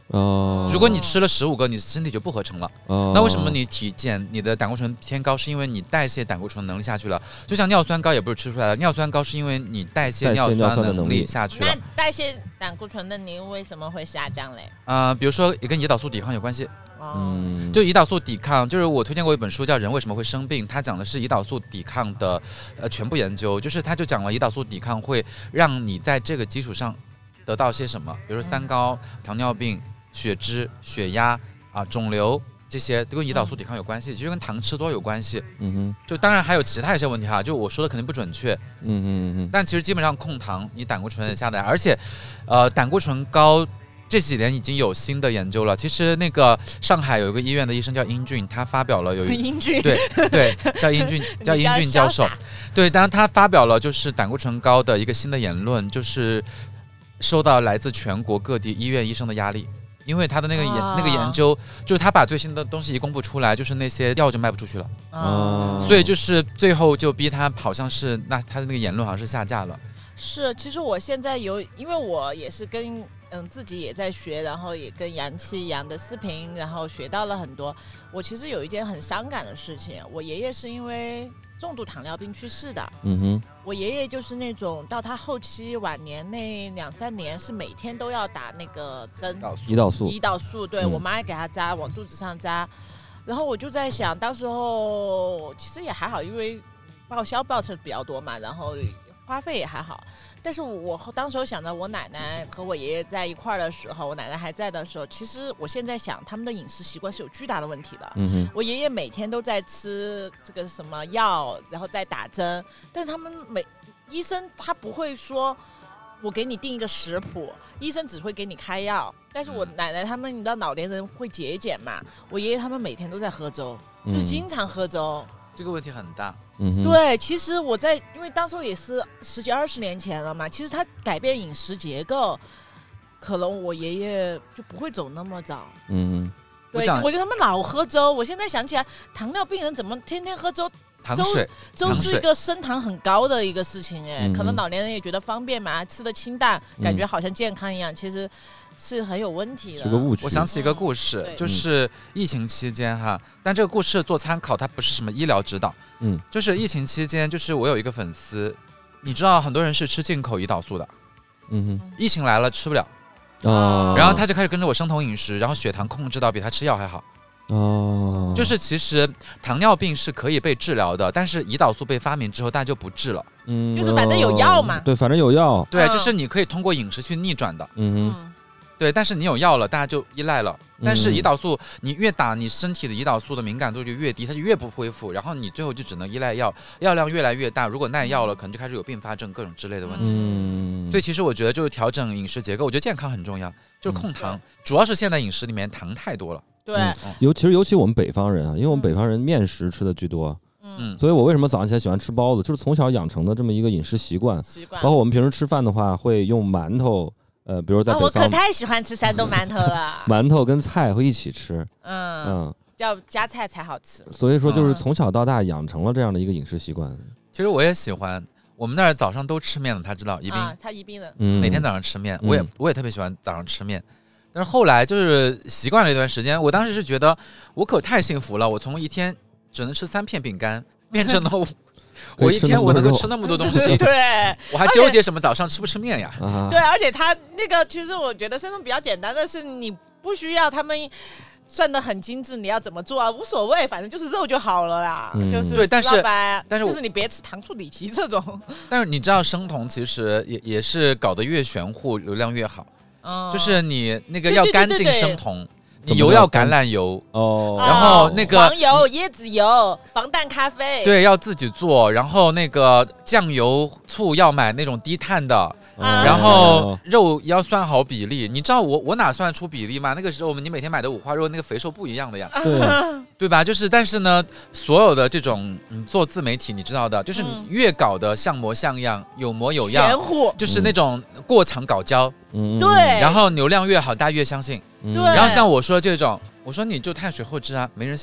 哦， 如果你吃了十五个，你身体就不合成了。 哦， 那为什么你体检你的胆固醇偏高？是因为你代谢胆固醇能力下去了。就像尿酸高也不是吃出来的，尿酸高是因为你代谢尿酸的能力下去了。 那代谢胆固醇的你为什么会下降嘞？ 啊、呃，比如说也跟胰岛素抵抗有关系。 嗯， 就胰岛素抵抗，就是我推荐过一本书叫《人为什么会生病》，它讲的是胰岛素抵抗的呃全部研究，就是它就讲了胰岛素抵抗会让你在这个基础上得到些什么，比如说三高、糖尿病、血脂、血压啊、肿瘤这些都跟胰岛素抵抗有关系，其实跟糖吃多有关系。 嗯哼， 就当然还有其他一些问题哈，就我说的肯定不准确。 嗯嗯嗯， 但其实基本上控糖，你胆固醇也下得来，而且呃胆固醇高。这几年已经有新的研究了。其实那个上海有一个医院的医生叫英俊，他发表了有一英俊对对叫英俊叫英俊教授，对，当然他发表了就是胆固醇高的一个新的言论，就是受到来自全国各地医院医生的压力，因为他的那个研、哦、那个研究就是他把最新的东西一公布出来，就是那些药就卖不出去了，哦，所以就是最后就逼他好像是那他的那个言论好像是下架了。 是，其实我现在有，因为我也是跟嗯自己也在学，然后也跟杨七杨的视频，然后学到了很多。我其实有一件很伤感的事情，我爷爷是因为重度糖尿病去世的。 嗯哼， 我爷爷就是那种到他后期晚年那两三年是每天都要打那个针， 胰岛素， 胰岛素，对、嗯、我妈也给他扎，往肚子上扎。然后我就在想，当时候其实也还好，因为报销报酬比较多嘛，然后花费也还好，但是我当时候想着我奶奶和我爷爷在一块儿的时候，我奶奶还在的时候，其实我现在想他们的饮食习惯是有巨大的问题的。 嗯哼， 我爷爷每天都在吃这个什么药，然后再打针，但他们每医生他不会说我给你定一个食谱，医生只会给你开药。但是我奶奶他们，你知道老年人会节俭嘛，我爷爷他们每天都在喝粥，就是经常喝粥。 嗯，这个问题很大。 嗯， 对，其实我在，因为当时也是十几二十年前了嘛，其实他改变饮食结构，可能我爷爷就不会走那么早。 嗯， 对，我觉得他们老喝粥，我现在想起来，糖尿病人怎么天天喝粥？ 糖水， 粥是一个升糖很高的一个事情哎、 嗯， 可能老年人也觉得方便嘛，吃的清淡，感觉好像健康一样，嗯、其实是很有问题的， 是个误区。 我想起一个故事，嗯、就是疫情期间哈，但这个故事做参考，它不是什么医疗指导。嗯，就是疫情期间，就是我有一个粉丝，你知道很多人是吃进口胰岛素的， 嗯哼， 疫情来了吃不了， 哦， 然后他就开始跟着我生酮饮食，然后血糖控制到比他吃药还好。 哦， 就是其实糖尿病是可以被治疗的，但是胰岛素被发明之后，大家就不治了。 嗯， 就是反正有药嘛。 对，反正有药。 对，就是你可以通过饮食去逆转的。 嗯哼。 对，但是你有药了，大家就依赖了。但是胰岛素，你越打，你身体的胰岛素的敏感度就越低，它就越不恢复，然后你最后就只能依赖药，药量越来越大。如果耐药了，可能就开始有并发症、各种之类的问题。 嗯， 所以其实我觉得就是调整饮食结构，我觉得健康很重要，就是控糖，嗯、主要是现代饮食里面糖太多了。 对， 嗯、尤其实尤其我们北方人啊，因为我们北方人面食吃的居多。嗯，所以我为什么早上起来喜欢吃包子，就是从小养成的这么一个饮食习惯。习惯，包括我们平时吃饭的话，会用馒头。呃，比如在北方、 哦，我可太喜欢吃山东馒头了。 馒头跟菜会一起吃， 嗯嗯，要加菜才好吃。 所以说，就是从小到大养成了这样的一个饮食习惯。 其实我也喜欢，我们那儿早上都吃面的，他知道宜宾、 啊，他宜宾的， 嗯，每天早上吃面，我也我也特别喜欢早上吃面。但是后来就是习惯了一段时间，我当时是觉得我可太幸福了，我从一天只能吃三片饼干，变成了我。我一天我能够吃那么多东西， 对， 我还纠结什么早上吃不吃面呀？ 对，而且他那个其实我觉得山东比较简单的是，你不需要他们算得很精致，你要怎么做啊？无所谓，反正就是肉就好了啦。嗯、就是对，但是但是就是你别吃糖醋里脊这种。 但是你知道生酮其实也也是搞得越玄乎，流量越好。嗯，就是你那个要干净生酮。你油要橄榄油哦， 然后那个黄油、椰子油、防弹咖啡， 对，要自己做。然后那个酱油、醋要买那种低碳的，啊、然后肉要算好比例。你知道我我哪算出比例吗？那个时候你每天买的五花肉那个肥瘦不一样的呀， 对， 对吧？就是但是呢，所有的这种嗯做自媒体，你知道的，就是你越搞得像模像样、有模有样， 玄乎， 就是那种过场搞焦， 嗯， 对， 然后流量越好，大家越相信。 对， 然后像我说这种，我说你就碳水后肢啊，没人信的。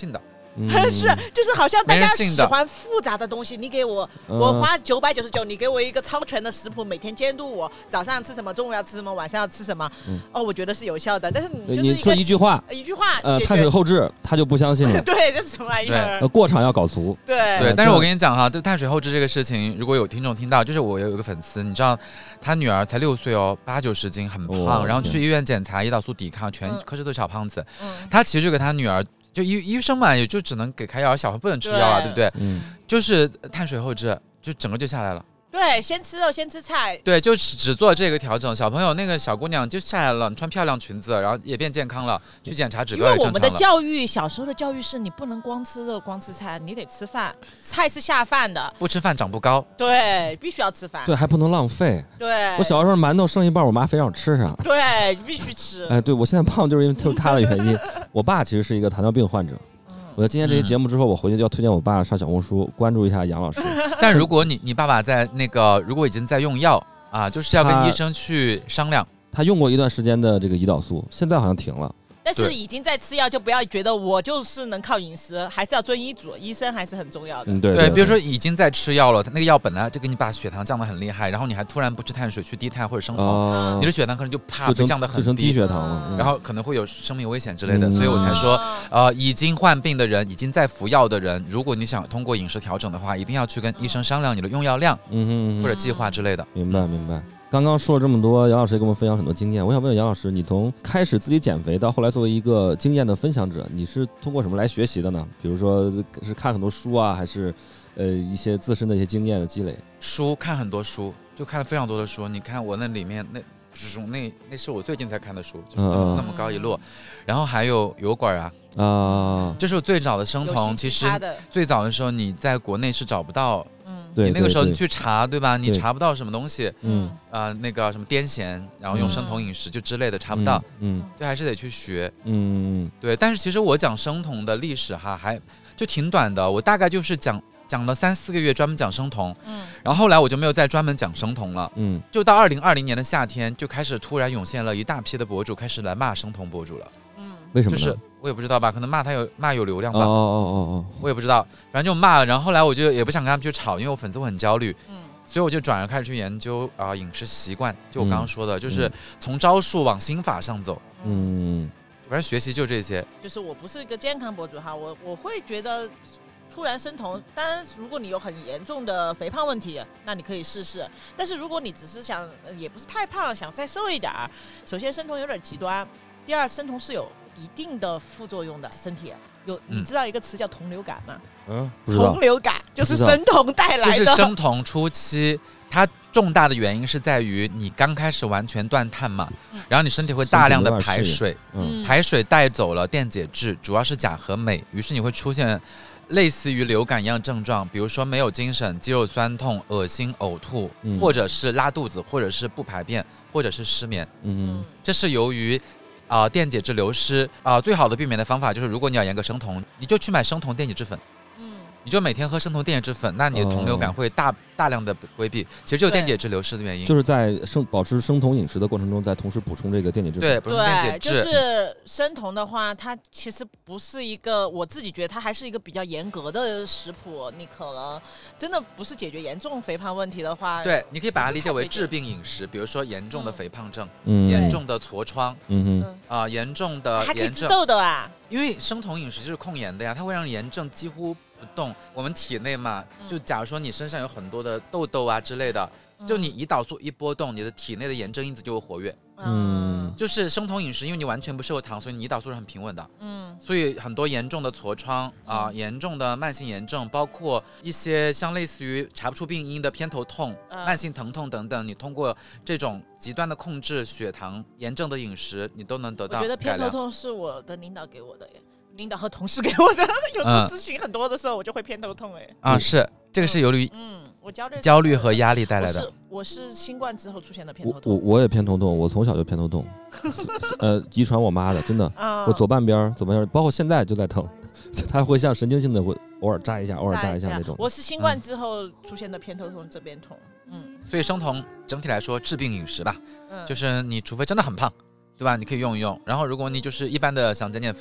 嗯、 是就是好像大家没人信的喜欢复杂的东西，你给我、 嗯、 我花九百九十九，你给我一个超全的食谱，每天监督我早上吃什么，中午要吃什么，晚上要吃什么，嗯、哦，我觉得是有效的。但是你就是你说一句话， 一句话， 呃，碳水后置，他就不相信了。 对，这什么玩意儿？ 呃，过场要搞足。 对对，但是我跟你讲哈，对碳水后置这个事情，如果有听众听到，就是我有一个粉丝，你知道他女儿才六岁哦，八九十斤，很胖，哦、然后去医院检查胰岛素抵抗，全科室都是小胖子。嗯，他其实就给他女儿。就医医生嘛，也就只能给开药，小孩不能吃药啊， 对, 对不对？嗯，就是碳水后置，就整个就下来了。 对，先吃肉，先吃菜。 对，就只做这个调整。小朋友那个小姑娘就下来了，穿漂亮裙子，然后也变健康了，去检查指标也正常了。 因为我们的教育，小时候的教育是你不能光吃肉、光吃菜，你得吃饭，菜是下饭的。 不吃饭长不高。 对，必须要吃饭。 对，还不能浪费。 对， 我小时候馒头剩一半，我妈非让我吃上。 对，必须吃。 哎，对我现在胖就是因为就是他的原因。我爸其实是一个糖尿病患者。我今天这期节目之后，我回去就要推荐我爸上小红书关注一下杨老师。 但如果你你爸爸在那个如果已经在用药啊，就是要跟医生去商量。 他, 他用过一段时间的这个胰岛素，现在好像停了。 但是已经在吃药，就不要觉得我就是能靠饮食，还是要遵医嘱，医生还是很重要的。 嗯，对对, 对, 对，比如说已经在吃药了，那个药本来就给你把血糖降得很厉害，然后你还突然不吃碳水去低碳或者生酮，哦、你的血糖可能就啪就降得很低， 就成低血糖了，嗯、 然后可能会有生命危险之类的。嗯、所以我才说，呃，已经患病的人，已经在服药的人，如果你想通过饮食调整的话，一定要去跟医生商量你的用药量，嗯哼，或者计划之类的。 明白，明白。刚刚说了这么多，杨老师也给我们分享很多经验。我想问问杨老师，你从开始自己减肥到后来作为一个经验的分享者，你是通过什么来学习的呢？比如说是看很多书啊，还是呃一些自身的一些经验的积累？ 书，看很多书，就看了非常多的书。你看我那里面那那那是我最近才看的书，就是那么高一摞。嗯、然后还有油管啊。啊，这是我最早的生酮。其实最早的时候你在国内是找不到。 对， 你那个时候你去查， 对, 对吧？你查不到什么东西，嗯，啊、呃，那个什么癫痫，然后用生酮饮食就之类的查不到，嗯，就还是得去学，嗯，对。但是其实我讲生酮的历史哈，还就挺短的，我大概就是讲讲了三四个月，专门讲生酮，嗯，然后后来我就没有再专门讲生酮了，嗯，就到二零二零年的夏天，就开始突然涌现了一大批的博主开始来骂生酮博主了， 嗯，为什么？ 就是我也不知道吧，可能骂他有骂有流量吧。哦哦哦哦， 我也不知道，反正就骂了。然后后来我就也不想跟他们去吵，因为我粉丝会很焦虑。嗯，所以我就转而开始去研究啊、呃、饮食习惯。就我刚刚说的，嗯、就是从招数往心法上走。嗯，反正学习就这些。 就是我不是一个健康博主哈，我我会觉得突然生酮，当然如果你有很严重的肥胖问题，那你可以试试。但是如果你只是想也不是太胖，想再瘦一点，首先生酮有点极端，第二生酮是有一定的副作用的，身体有，你知道一个词叫酮流感吗？ 嗯，不知道。 酮流感就是生酮带来的。 就是生酮初期，它重大的原因是在于你刚开始完全断碳嘛，嗯、然后你身体会大量的排水，嗯、排水带走了电解质，主要是钾和镁，于是你会出现类似于流感一样症状，比如说没有精神、肌肉酸痛、恶心、呕吐，嗯、或者是拉肚子，或者是不排便，或者是失眠。嗯，这是由于。啊、呃，电解质流失啊、呃，最好的避免的方法就是，如果你要严格生酮，你就去买生酮电解质粉，嗯，你就每天喝生酮电解质粉，那你的酮流感会大、哦、大量的规避。其实就是电解质流失的原因， 就是在生保持生酮饮食的过程中，在同时补充这个电解质粉。 对，补充电解质。 就是生酮的话，它其实不是一个，我自己觉得它还是一个比较严格的食谱。你可能真的不是解决严重肥胖问题的话， 对，你可以把它理解为治病饮食，比如说严重的肥胖症，嗯，严重的痤疮，嗯哼。啊、呃，严重的还可以治痘痘啊， 因为生酮饮食就是控盐的呀，它会让炎症几乎不动。我们体内嘛，就假如说你身上有很多的痘痘啊之类的，嗯、就你胰岛素一波动，你的体内的炎症因子就会活跃。嗯，就是生酮饮食，因为你完全不摄入糖，所以你胰岛素是很平稳的。嗯，所以很多严重的痤疮啊、呃，严重的慢性炎症，包括一些像类似于查不出病因的偏头痛、嗯、慢性疼痛等等，你通过这种极端的控制血糖、炎症的饮食，你都能得到改良。 我觉得偏头痛是我的领导给我的耶。领导和同事给我的，有时候事情很多的时候，我就会偏头痛哎。 啊，是这个是由于嗯，我焦虑焦虑和压力带来的。 我是, 我是新冠之后出现的偏头痛。我我也偏头痛，我从小就偏头痛，呃，遗传我妈的，真的。啊、我左半边左半边，包括现在就在疼，它会像神经性的会偶尔扎一下，偶尔扎一下那种。 我是新冠之后出现的偏头痛，这边痛。嗯， 所以生酮整体来说治病饮食吧，嗯、就是你除非真的很胖。对吧？你可以用一用，然后如果你就是一般的想减减肥，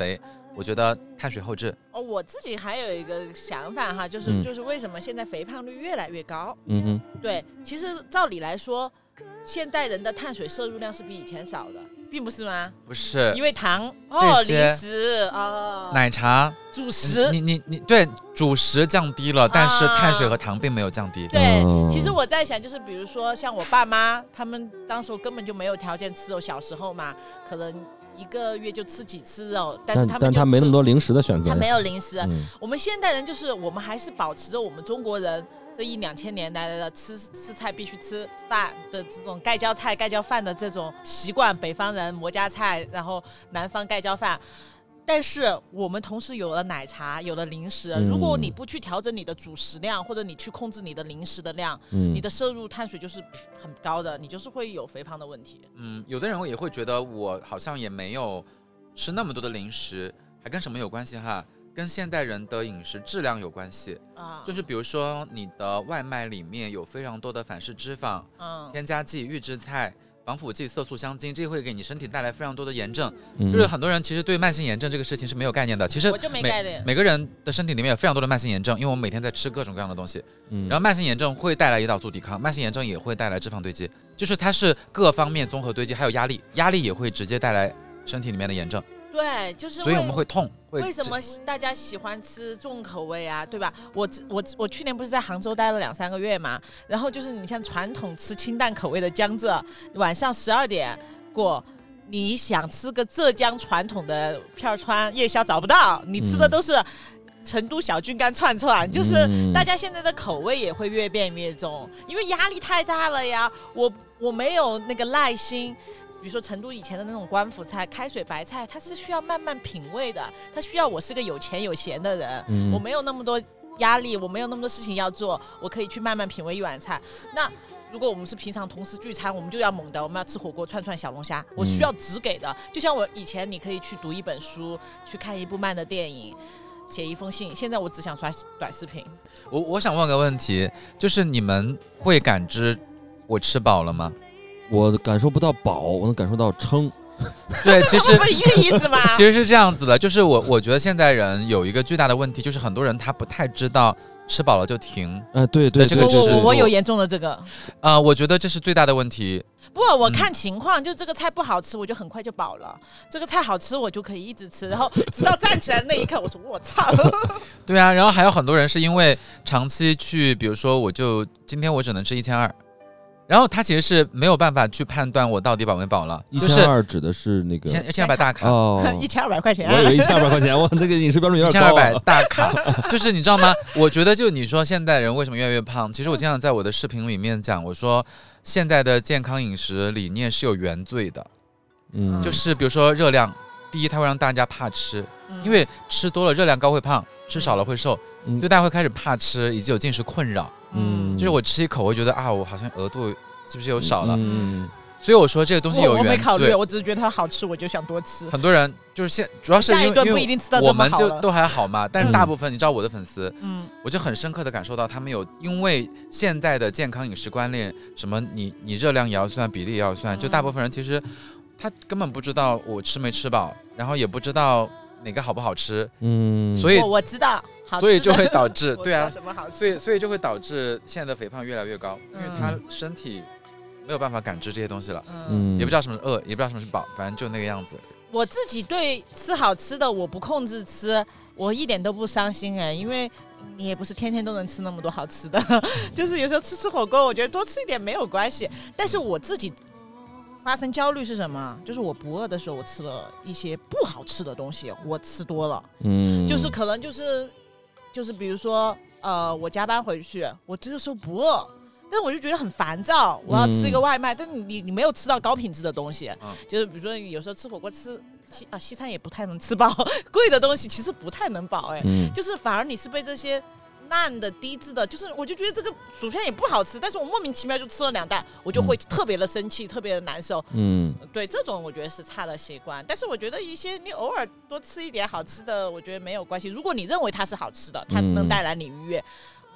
我觉得碳水后置。 哦，我自己还有一个想法哈，就是、 嗯、 就是为什么现在肥胖率越来越高？ 嗯哼， 对，其实照理来说，现代人的碳水摄入量是比以前少的，并不是吗？ 不是， 因为糖哦，零食哦， 奶茶、 主食， 你你你对主食降低了，但是碳水和糖并没有降低。 对， 哦、 其实我在想，就是比如说像我爸妈，他们当时根本就没有条件吃肉，小时候嘛，可能一个月就吃几次肉，但是他们但, 但他没那么多零食的选择， 他没有零食、 嗯。 我们现代人就是我们还是保持着我们中国人这一两千年来的吃吃菜必须吃饭的这种盖浇菜盖浇饭的这种习惯，北方人馍夹菜，然后南方盖浇饭。但是我们同时有了奶茶，有了零食、嗯、如果你不去调整你的主食量，或者你去控制你的零食的量、嗯、你的摄入碳水就是很高的，你就是会有肥胖的问题。 嗯，有的人也会觉得我好像也没有吃那么多的零食，还跟什么有关系哈？跟现代人的饮食质量有关系、啊、就是比如说你的外卖里面有非常多的反式脂肪、嗯、添加剂、预制菜、防腐剂、色素、香精，这会给你身体带来非常多的炎症、嗯、就是很多人其实对慢性炎症这个事情是没有概念的。其实我就没概念， 每个人的身体里面有非常多的慢性炎症，因为我们每天在吃各种各样的东西、嗯、然后慢性炎症会带来胰岛素抵抗，慢性炎症也会带来脂肪堆积，就是它是各方面综合堆积，还有压力，压力也会直接带来身体里面的炎症。 对，就是所以我们会痛。会为什么大家喜欢吃重口味啊？对吧？我我我去年不是在杭州待了两三个月嘛，然后就是你像传统吃清淡口味的江浙，晚上十二点过，你想吃个浙江传统的片儿川夜宵找不到，你吃的都是成都小菌干串串，嗯、就是大家现在的口味也会越变越重，因为压力太大了呀。我我没有那个耐心。比如说成都以前的那种官府菜、开水白菜，它是需要慢慢品味的，它需要我是个有钱有闲的人、嗯、我没有那么多压力，我没有那么多事情要做，我可以去慢慢品味一碗菜。那如果我们是平常同事聚餐，我们就要猛的，我们要吃火锅、串串、小龙虾，我需要只给的、嗯、就像我以前你可以去读一本书，去看一部慢的电影，写一封信，现在我只想刷短视频。 我我想问个问题，就是你们会感知我吃饱了吗？ 我感受不到饱，我能感受到撑。 对，其实不是一个意思吗？ 其实是这样子的，就是我我觉得现代人有一个巨大的问题，就是很多人他不太知道吃饱了就停。 呃，对对对， 这个我我我有严重的这个。 呃，我觉得这是最大的问题。 不，我看情况，嗯、就这个菜不好吃，我就很快就饱了；这个菜好吃，我就可以一直吃，然后直到站起来那一刻，我说我操。 对啊，然后还有很多人是因为长期去，比如说我就今天我只能吃一千二。然后他其实是没有办法去判断我到底饱没饱了。 一千二指的是那个一千一千二百大卡哦， 一千二百块钱。 我以为一千二百块钱，我这个饮食标准有点高、啊。 一千二百大卡，就是你知道吗？我觉得就你说现代人为什么越来越胖？其实我经常在我的视频里面讲，我说现代的健康饮食理念是有原罪的。嗯，就是比如说热量，第一它会让大家怕吃，嗯、因为吃多了热量高会胖，吃少了会瘦，嗯、所以大家会开始怕吃，以及有进食困扰。嗯，就是我吃一口，我觉得啊，我好像额度是不是有少了？嗯，所以我说这个东西有原罪。 我没考虑，我只是觉得它好吃，我就想多吃。 很多人就是现，主要是因为下一顿不一定吃到这么好了， 我们就都还好嘛。但是大部分，嗯、你知道我的粉丝，嗯，我就很深刻的感受到他们有因为现代的健康饮食观念，什么你你热量也要算，比例也要算，就大部分人其实他根本不知道我吃没吃饱，然后也不知道哪个好不好吃，嗯，所以我, 我知道。 所以就会导致对啊， 什么好吃所以所以就会导致现在的肥胖越来越高，因为他身体没有办法感知这些东西了，嗯，也不知道什么是饿，也不知道什么是饱，反正就那个样子。 我自己对吃好吃的我不控制吃，我一点都不伤心哎，因为你也不是天天都能吃那么多好吃的，就是有时候吃吃火锅，我觉得多吃一点没有关系。但是我自己发生焦虑是什么？就是我不饿的时候，我吃了一些不好吃的东西，我吃多了，嗯，就是可能就是。就是比如说，呃，我加班回去，我这个时候不饿，但是我就觉得很烦躁，我要吃一个外卖，嗯、但是你你没有吃到高品质的东西，嗯、就是比如说有时候吃火锅吃西啊西餐也不太能吃饱，贵的东西其实不太能饱，哎、嗯，就是反而你是被这些烂的低质的，就是我就觉得这个薯片也不好吃，但是我莫名其妙就吃了两袋，我就会特别的生气，嗯、特别的难受。嗯，对，这种我觉得是差的习惯。但是我觉得一些你偶尔多吃一点好吃的，我觉得没有关系。如果你认为它是好吃的，它能带来你愉悦，嗯、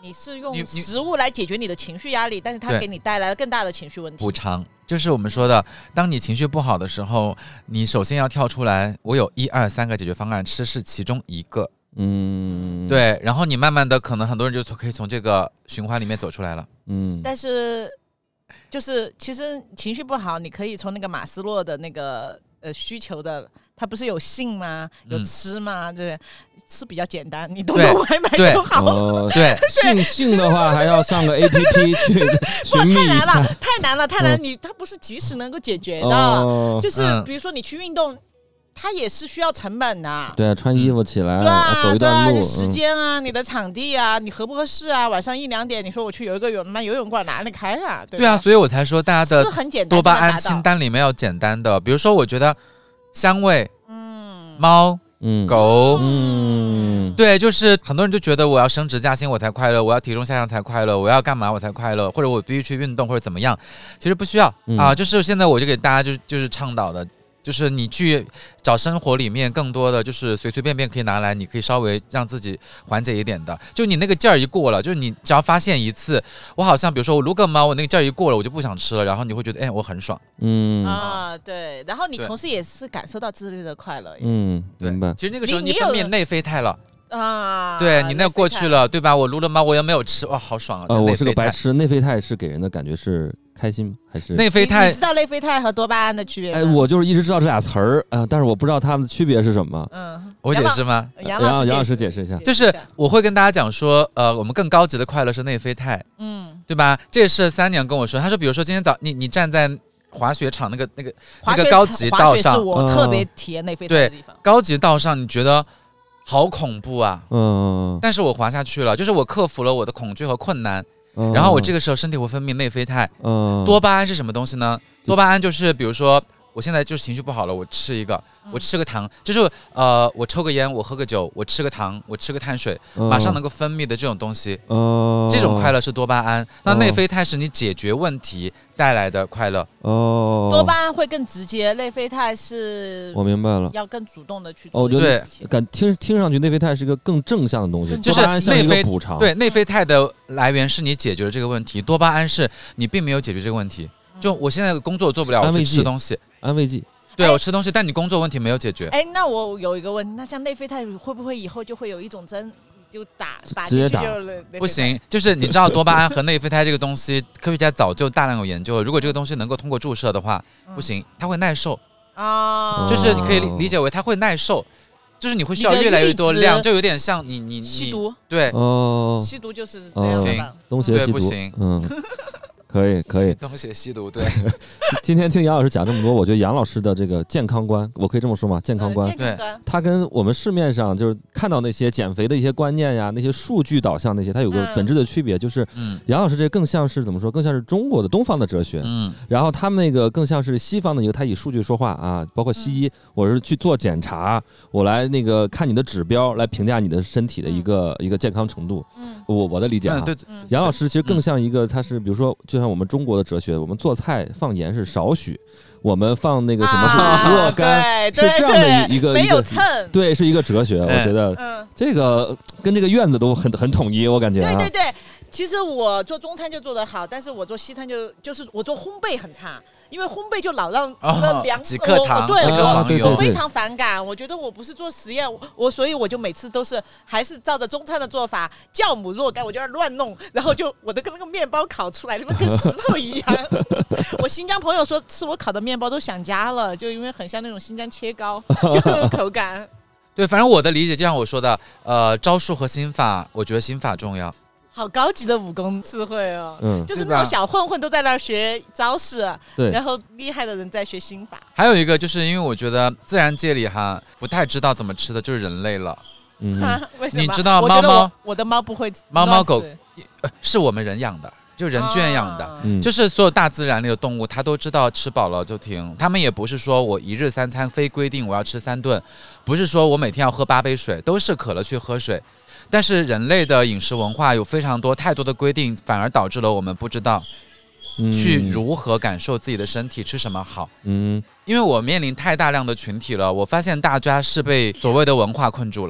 你是用你你食物来解决你的情绪压力，但是它对给你带来了更大的情绪问题。 补偿就是我们说的，当你情绪不好的时候，你首先要跳出来，我有一二三个解决方案，吃是其中一个。 嗯， 对，然后你慢慢的，可能很多人就从可以从这个循环里面走出来了。 嗯， 但是就是其实情绪不好，你可以从那个马斯洛的那个呃需求的，它不是有性吗？有吃吗？嗯、对，吃比较简单，你动动外卖就好。 哦、 对， 性性的话还要上个 A P P 去寻觅一下。 太难了，太难了，太难！你它不是及时能够解决的， 哦、 就是比如说你去运动。它也是需要成本的， 对，穿衣服起来， 对啊， 走一段路， 对啊，时间啊，嗯、你的场地啊，你合不合适啊？晚上一两点，你说我去游一个泳，那游泳馆哪里开啊？对, 对啊，所以我才说大家的多巴胺清单里面要简单的，比如说我觉得香味，嗯，猫，嗯，狗， 嗯， 对，就是很多人就觉得我要升职加薪我才快乐，我要体重下降才快乐，我要干嘛我才快乐，或者我必须去运动或者怎么样，其实不需要、嗯、啊。就是现在我就给大家就就是倡导的。就是你去找生活里面更多的就是随随便便可以拿来，你可以稍微让自己缓解一点的。就你那个劲儿一过了，就是你只要发现一次，我好像比如说我撸个猫，我那个劲儿一过了，我就不想吃了，然后你会觉得哎，我很爽。 嗯啊，对，然后你同时也是感受到自律的快乐。 嗯，明白。 其实那个时候你分泌内啡肽了。 啊， 对你那过去了，对吧？我撸了猫，我又没有吃，哇，好爽啊！ 呃，我是个白痴。内啡肽是给人的感觉是开心吗？还是内啡肽？ 你知道内啡肽和多巴胺的区别吗？ 哎，我就是一直知道这俩词儿，呃，但是我不知道它们的区别是什么。 嗯， 我解释吗？ 杨老师，杨老师解释一下。 就是我会跟大家讲说，呃，我们更高级的快乐是内啡肽，嗯，对吧？这也是三年跟我说，他说，比如说今天早你你站在滑雪场那个那个那个高级道上， 是我特别体验内啡肽的地方。 对，高级道上你觉得好恐怖啊， 嗯， 但是我滑下去了，就是我克服了我的恐惧和困难，嗯、然后我这个时候身体会分泌内啡肽，嗯，多巴胺是什么东西呢？多巴胺就是比如说我现在就情绪不好了，我吃一个，我吃个糖，就是呃，我抽个烟，我喝个酒，我吃个糖，我吃个碳水，嗯、马上能够分泌的这种东西，哦，这种快乐是多巴胺。那内啡肽是你解决问题带来的快乐。 哦， 多巴胺会更直接，内啡肽是我明白了， 要更主动的去做。 哦，对，感听听上去内啡肽是一个更正向的东西， 就是内啡补偿。 对，内啡肽的来源是你解决了这个问题，多巴胺是你并没有解决这个问题。就我现在工作做不了，我去吃东西， 安慰剂。 对，我吃东西，但你工作问题没有解决。 哎，那我有一个问题，那像内啡肽会不会以后就会有一种针就打打直接打？ 不行，就是你知道多巴胺和内啡肽这个东西，科学家早就大量有研究了。如果这个东西能够通过注射的话，不行，它会耐受啊，就是你可以理解为它会耐受。就是你会需要越来越多量，就有点像你你吸毒， 对哦， 吸毒就是这样的， 东邪西毒不行， 嗯。可以可以， 东邪西毒，对。 今天听杨老师讲这么多，我觉得杨老师的这个健康观，我可以这么说吗？健康观， 对， 他跟我们市面上就是看到那些减肥的一些观念呀，那些数据导向那些，它有个本质的区别，就是杨老师这更像是怎么说？更像是中国的东方的哲学，嗯，然后他们那个更像是西方的一个，他以数据说话啊，包括西医，我是去做检查，我来那个看你的指标来评价你的身体的一个一个健康程度。嗯，我我的理解啊， 对， 杨老师其实更像一个，他是比如说，就像我们中国的哲学，我们做菜放盐是少许，我们放那个什么是若干，是这样的一个没有秤， 对，是一个哲学。我觉得这个跟这个院子都很很统一，我感觉。 对对对，其实我做中餐就做得好，但是我做西餐就就是我做烘焙很差。因为烘焙就老让那凉， 几克糖， 对， 我我非常反感。我觉得我不是做实验，我所以我就每次都是还是照着中餐的做法，酵母若干，我就要乱弄，然后就我的跟那个面包烤出来，就跟石头一样。我新疆朋友说吃我烤的面包都想家了，就因为很像那种新疆切糕，就那种口感。 对，反正我的理解就像我说的，呃，招数和心法，我觉得心法重要。 好高级的武功智慧哦，嗯，就是那种小混混都在那儿学招式， 对， 然后厉害的人在学心法。 还有一个就是因为我觉得自然界里哈不太知道怎么吃的就是人类了， 嗯，为什么？ 你知道猫猫， 我的猫不会， 猫猫狗是我们人养的，就人圈养的，啊、就是所有大自然里的动物，它都知道吃饱了就停，他们也不是说我一日三餐非规定我要吃三顿，不是说我每天要喝八杯水，都是渴了去喝水。但是人类的饮食文化有非常多太多的规定，反而导致了我们不知道去如何感受自己的身体，吃什么好。嗯，因为我面临太大量的群体了，我发现大家是被所谓的文化困住了。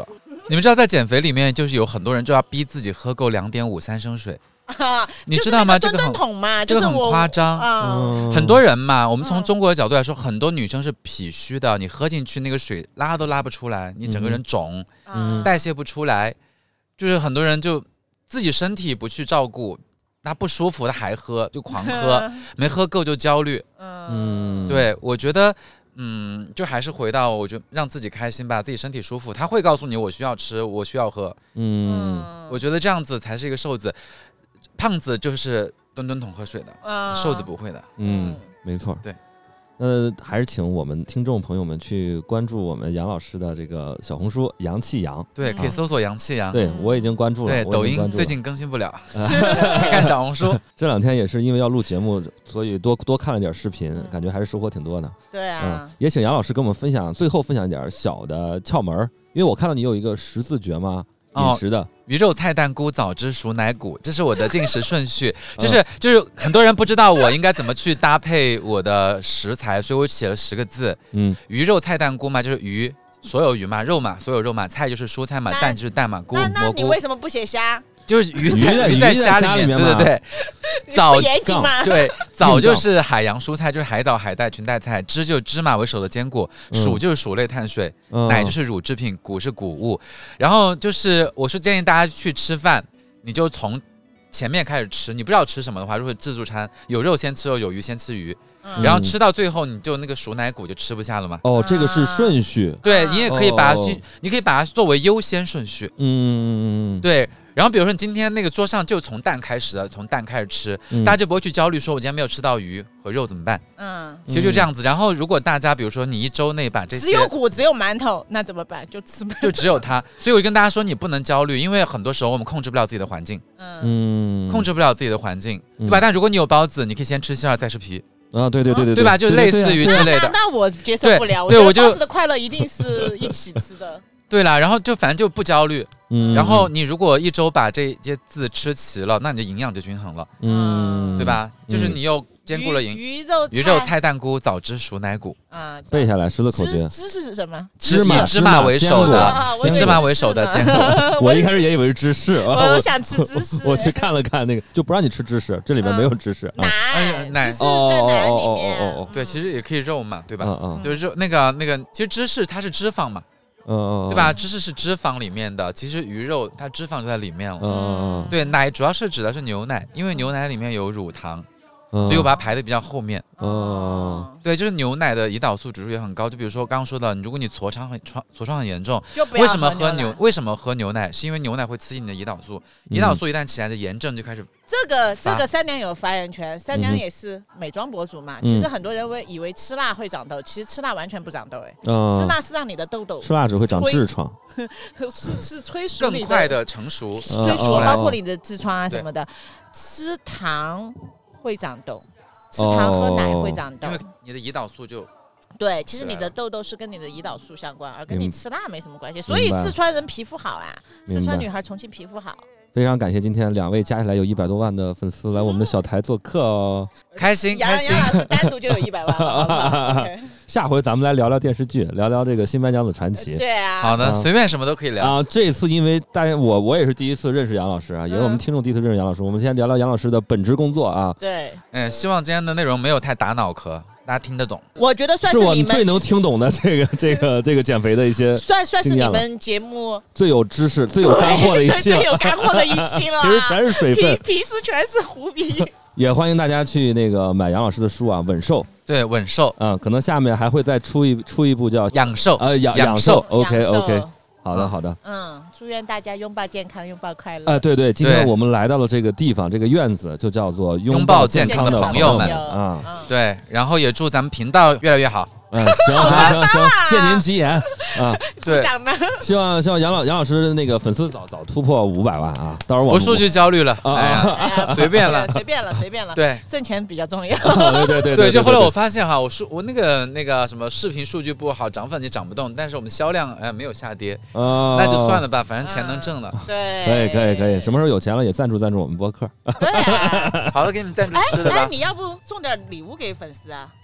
你们知道在减肥里面，就是有很多人就要逼自己喝够两点五三升水。你知道吗？ 就是、 这个很桶嘛， 这个很夸张。 嗯、 很多人嘛，我们从中国的角度来说，嗯、很多女生是脾虚的，你喝进去那个水拉都拉不出来，你整个人肿，嗯、代谢不出来。就是很多人就自己身体不去照顾，他不舒服他还喝，就狂喝，没喝够就焦虑。嗯，对，我觉得。嗯，就还是回到我觉得让自己开心吧，自己身体舒服，他会告诉你我需要吃，我需要喝。嗯，我觉得这样子才是一个瘦子，胖子就是吨吨桶喝水的，嗯、瘦子不会的。 嗯，没错。 对， 那还是请我们听众朋友们去关注我们杨老师的这个小红书杨气杨。 对，可以搜索杨气杨。 对，我已经关注了。 对，抖音最近更新不了，看小红书。 这两天也是因为要录节目，所以多多看了点视频，嗯、感觉还是收获挺多的。 对啊、 嗯，也请杨老师跟我们分享，最后分享一点小的窍门，因为我看到你有一个十字诀嘛。饮食的、哦、 鱼肉菜蛋菇枣汁熟奶骨，这是我的进食顺序。就是就是很多人不知道我应该怎么去搭配我的食材，所以我写了十个字。嗯，鱼肉菜蛋菇嘛，就是鱼，所有鱼嘛，肉嘛，所有肉嘛，菜就是蔬菜嘛，蛋就是蛋嘛，菇蘑菇。 那你为什么不写虾？ 就是鱼在鱼在虾里面，对对对。 枣严谨嘛， 对，枣就是海洋蔬菜，就是海藻、海带、裙带菜；芝就芝麻为首的坚果；薯就是薯类碳水；嗯、奶就是乳制品；谷是谷物。然后就是，我是建议大家去吃饭，你就从前面开始吃。你不知道吃什么的话，如果自助餐有肉先吃肉，有鱼先吃鱼。嗯、然后吃到最后，你就那个熟奶骨就吃不下了嘛。 哦，这个是顺序。 对，你也可以把它，哦、你可以把它作为优先顺序。嗯，对。然后比如说你今天那个桌上就从蛋开始了，从蛋开始吃，嗯、大家就不会去焦虑说我今天没有吃到鱼和肉怎么办？嗯，其实就这样子。然后如果大家比如说你一周内把这些只有骨只有馒头，那怎么办？就吃就只有它。所以我就跟大家说，你不能焦虑，因为很多时候我们控制不了自己的环境，嗯，控制不了自己的环境，对吧？嗯、但如果你有包子，你可以先吃馅儿再吃皮。 啊，对对对对对吧？就类似于之类的。 那我接受不了，我觉得包子的快乐一定是一起吃的。 对啦，然后就反正就不焦虑，嗯，然后你如果一周把这些字吃齐了，那你的营养就均衡了，嗯，对吧？嗯、就是你又兼顾了营鱼肉鱼肉菜蛋菇枣汁熟奶骨啊， 背下来十字口诀。 芝是什么？ 芝麻芝麻为首的，以芝麻为首的坚果。 我一开始也以为是芝士， 我想吃芝士。 我去看了看那个，就不让你吃芝士，这里面没有芝士。 奶奶芝士在奶里面。 对，其实也可以肉嘛，对吧？嗯嗯，就是肉那个那个，其实芝士它是脂肪嘛。 嗯， 对吧？芝士是脂肪里面的，其实鱼肉它脂肪就在里面了。嗯，对，奶主要是指的是牛奶，因为牛奶里面有乳糖，嗯、所以我把它排的比较后面。嗯，对，就是牛奶的胰岛素指数也很高。就比如说刚刚说的，如果你痤疮很痤痤疮很严重，为什么喝牛？为什么喝牛奶？是因为牛奶会刺激你的胰岛素，胰岛素一旦起来的炎症就开始。 这个这个三娘有发言权，三娘也是美妆博主嘛。嗯、其实很多人会以为吃辣会长痘，其实吃辣完全不长痘哎、嗯，吃辣是让你的痘痘吃辣只会长痔疮， 是是催熟更快的成熟， 催熟包括你的痔疮啊什么的。吃糖会长痘，吃糖喝奶会长痘， 因为你的胰岛素就。 对，其实你的痘痘是跟你的胰岛素相关，而跟你吃辣没什么关系。所以四川人皮肤好啊，四川女孩重庆皮肤好。 非常感谢今天两位加起来有一百多万的粉丝来我们的小台做客哦， 开心开心。 杨老师单独就有一百万了。 下回咱们来聊聊电视剧，聊聊这个《新白娘子传奇》。 对啊， 好的，随便什么都可以聊啊。这次因为大家我我也是第一次认识杨老师啊，也是我们听众第一次认识杨老师。我们先聊聊杨老师的本职工作啊。 对， 嗯，希望今天的内容没有太打脑壳。大家听得懂， 我觉得算是你们最能听懂的这个这个这个减肥的一些， 算算是你们节目最有知识、最有干货的一期， 最有干货的一期了。 其实全是水分， 皮实全是胡皮。 也欢迎大家去那个买杨老师的书啊，稳瘦。 对，稳瘦啊、嗯，可能下面还会再出一出一部叫养瘦， 呃养养瘦。OK OK。好的，好的。 嗯，祝愿大家拥抱健康，拥抱快乐。 哎、呃，对对，今天我们来到了这个地方，这个院子就叫做拥抱健康的朋友们啊、 嗯。对，然后也祝咱们频道越来越好。 嗯，行行行行，借您吉言啊！对，希望希望杨老杨老师那个粉丝早早突破五百万啊！到时候我不数据焦虑了， 哎呀， 随便了， 随便了，随便了。 对， 挣钱比较重要。 对对对对，就后来我发现哈，我数我那个那个什么视频数据不好，涨粉也涨不动，但是我们销量哎没有下跌，那就算了吧，反正钱能挣了。 对， 可以可以可以，什么时候有钱了也赞助赞助我们播客。 对， 好了，给你们赞助吃的吧。 哎，你要不送点礼物给粉丝啊？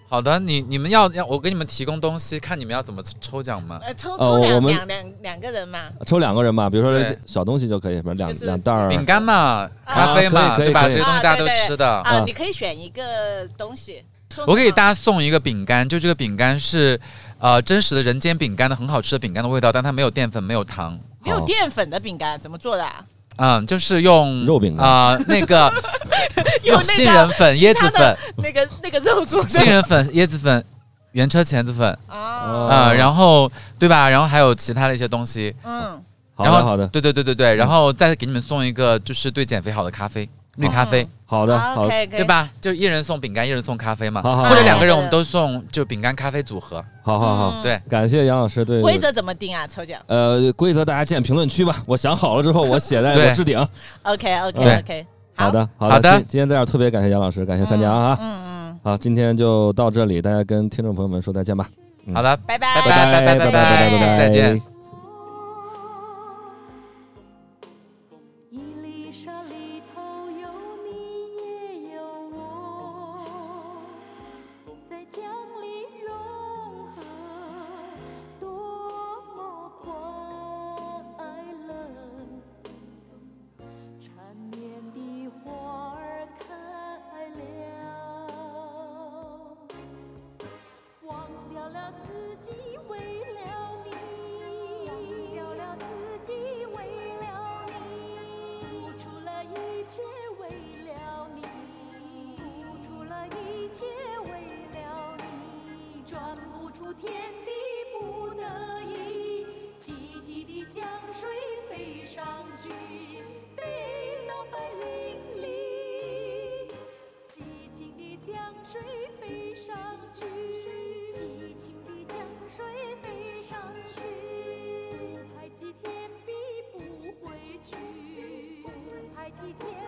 好的，你你们要要我给你们提供东西，看你们要怎么抽奖吗？ 呃，抽抽两、 呃、 两两两个人嘛， 抽两个人嘛，比如说小东西就可以，比如两、就是、两袋饼干嘛，咖啡嘛， 啊、 对吧？这些东西大家都吃的啊, 啊，你可以选一个东西。 我给大家送一个饼干，就这个饼干是，呃，真实的人间饼干的很好吃的饼干的味道，但它没有淀粉，没有糖。 没有淀粉的饼干怎么做的啊？ 嗯，就是用肉饼干啊、呃，那个用杏仁粉、椰子粉， 那个那个肉做的杏仁粉、椰子粉、原车茄子粉啊， 啊、呃，然后对吧？然后还有其他的一些东西， 嗯， 然后好的， 对对对对对，然后再给你们送一个就是对减肥好的咖啡，绿咖啡。 好的，好的， 对吧？就一人送饼干，一人送咖啡嘛， 好好好或者两个人我们都送就饼干咖啡组合。 好好好， 对， 感谢杨老师对规则怎么定啊？抽奖？ 呃，规则大家见评论区吧，我想好了之后我写在我置顶。 OK OK OK， 好的好的好的，今天在这儿特别感谢杨老师，感谢三娘啊， 嗯嗯， 好，今天就到这里，大家跟听众朋友们说再见吧。 好了， 拜拜拜拜拜拜拜拜拜拜，再见。 天地不得已，急急的江水飞上去，飞到白云里。激情的江水飞上去，激情的江水飞上去。不排挤天地不回去，不排挤天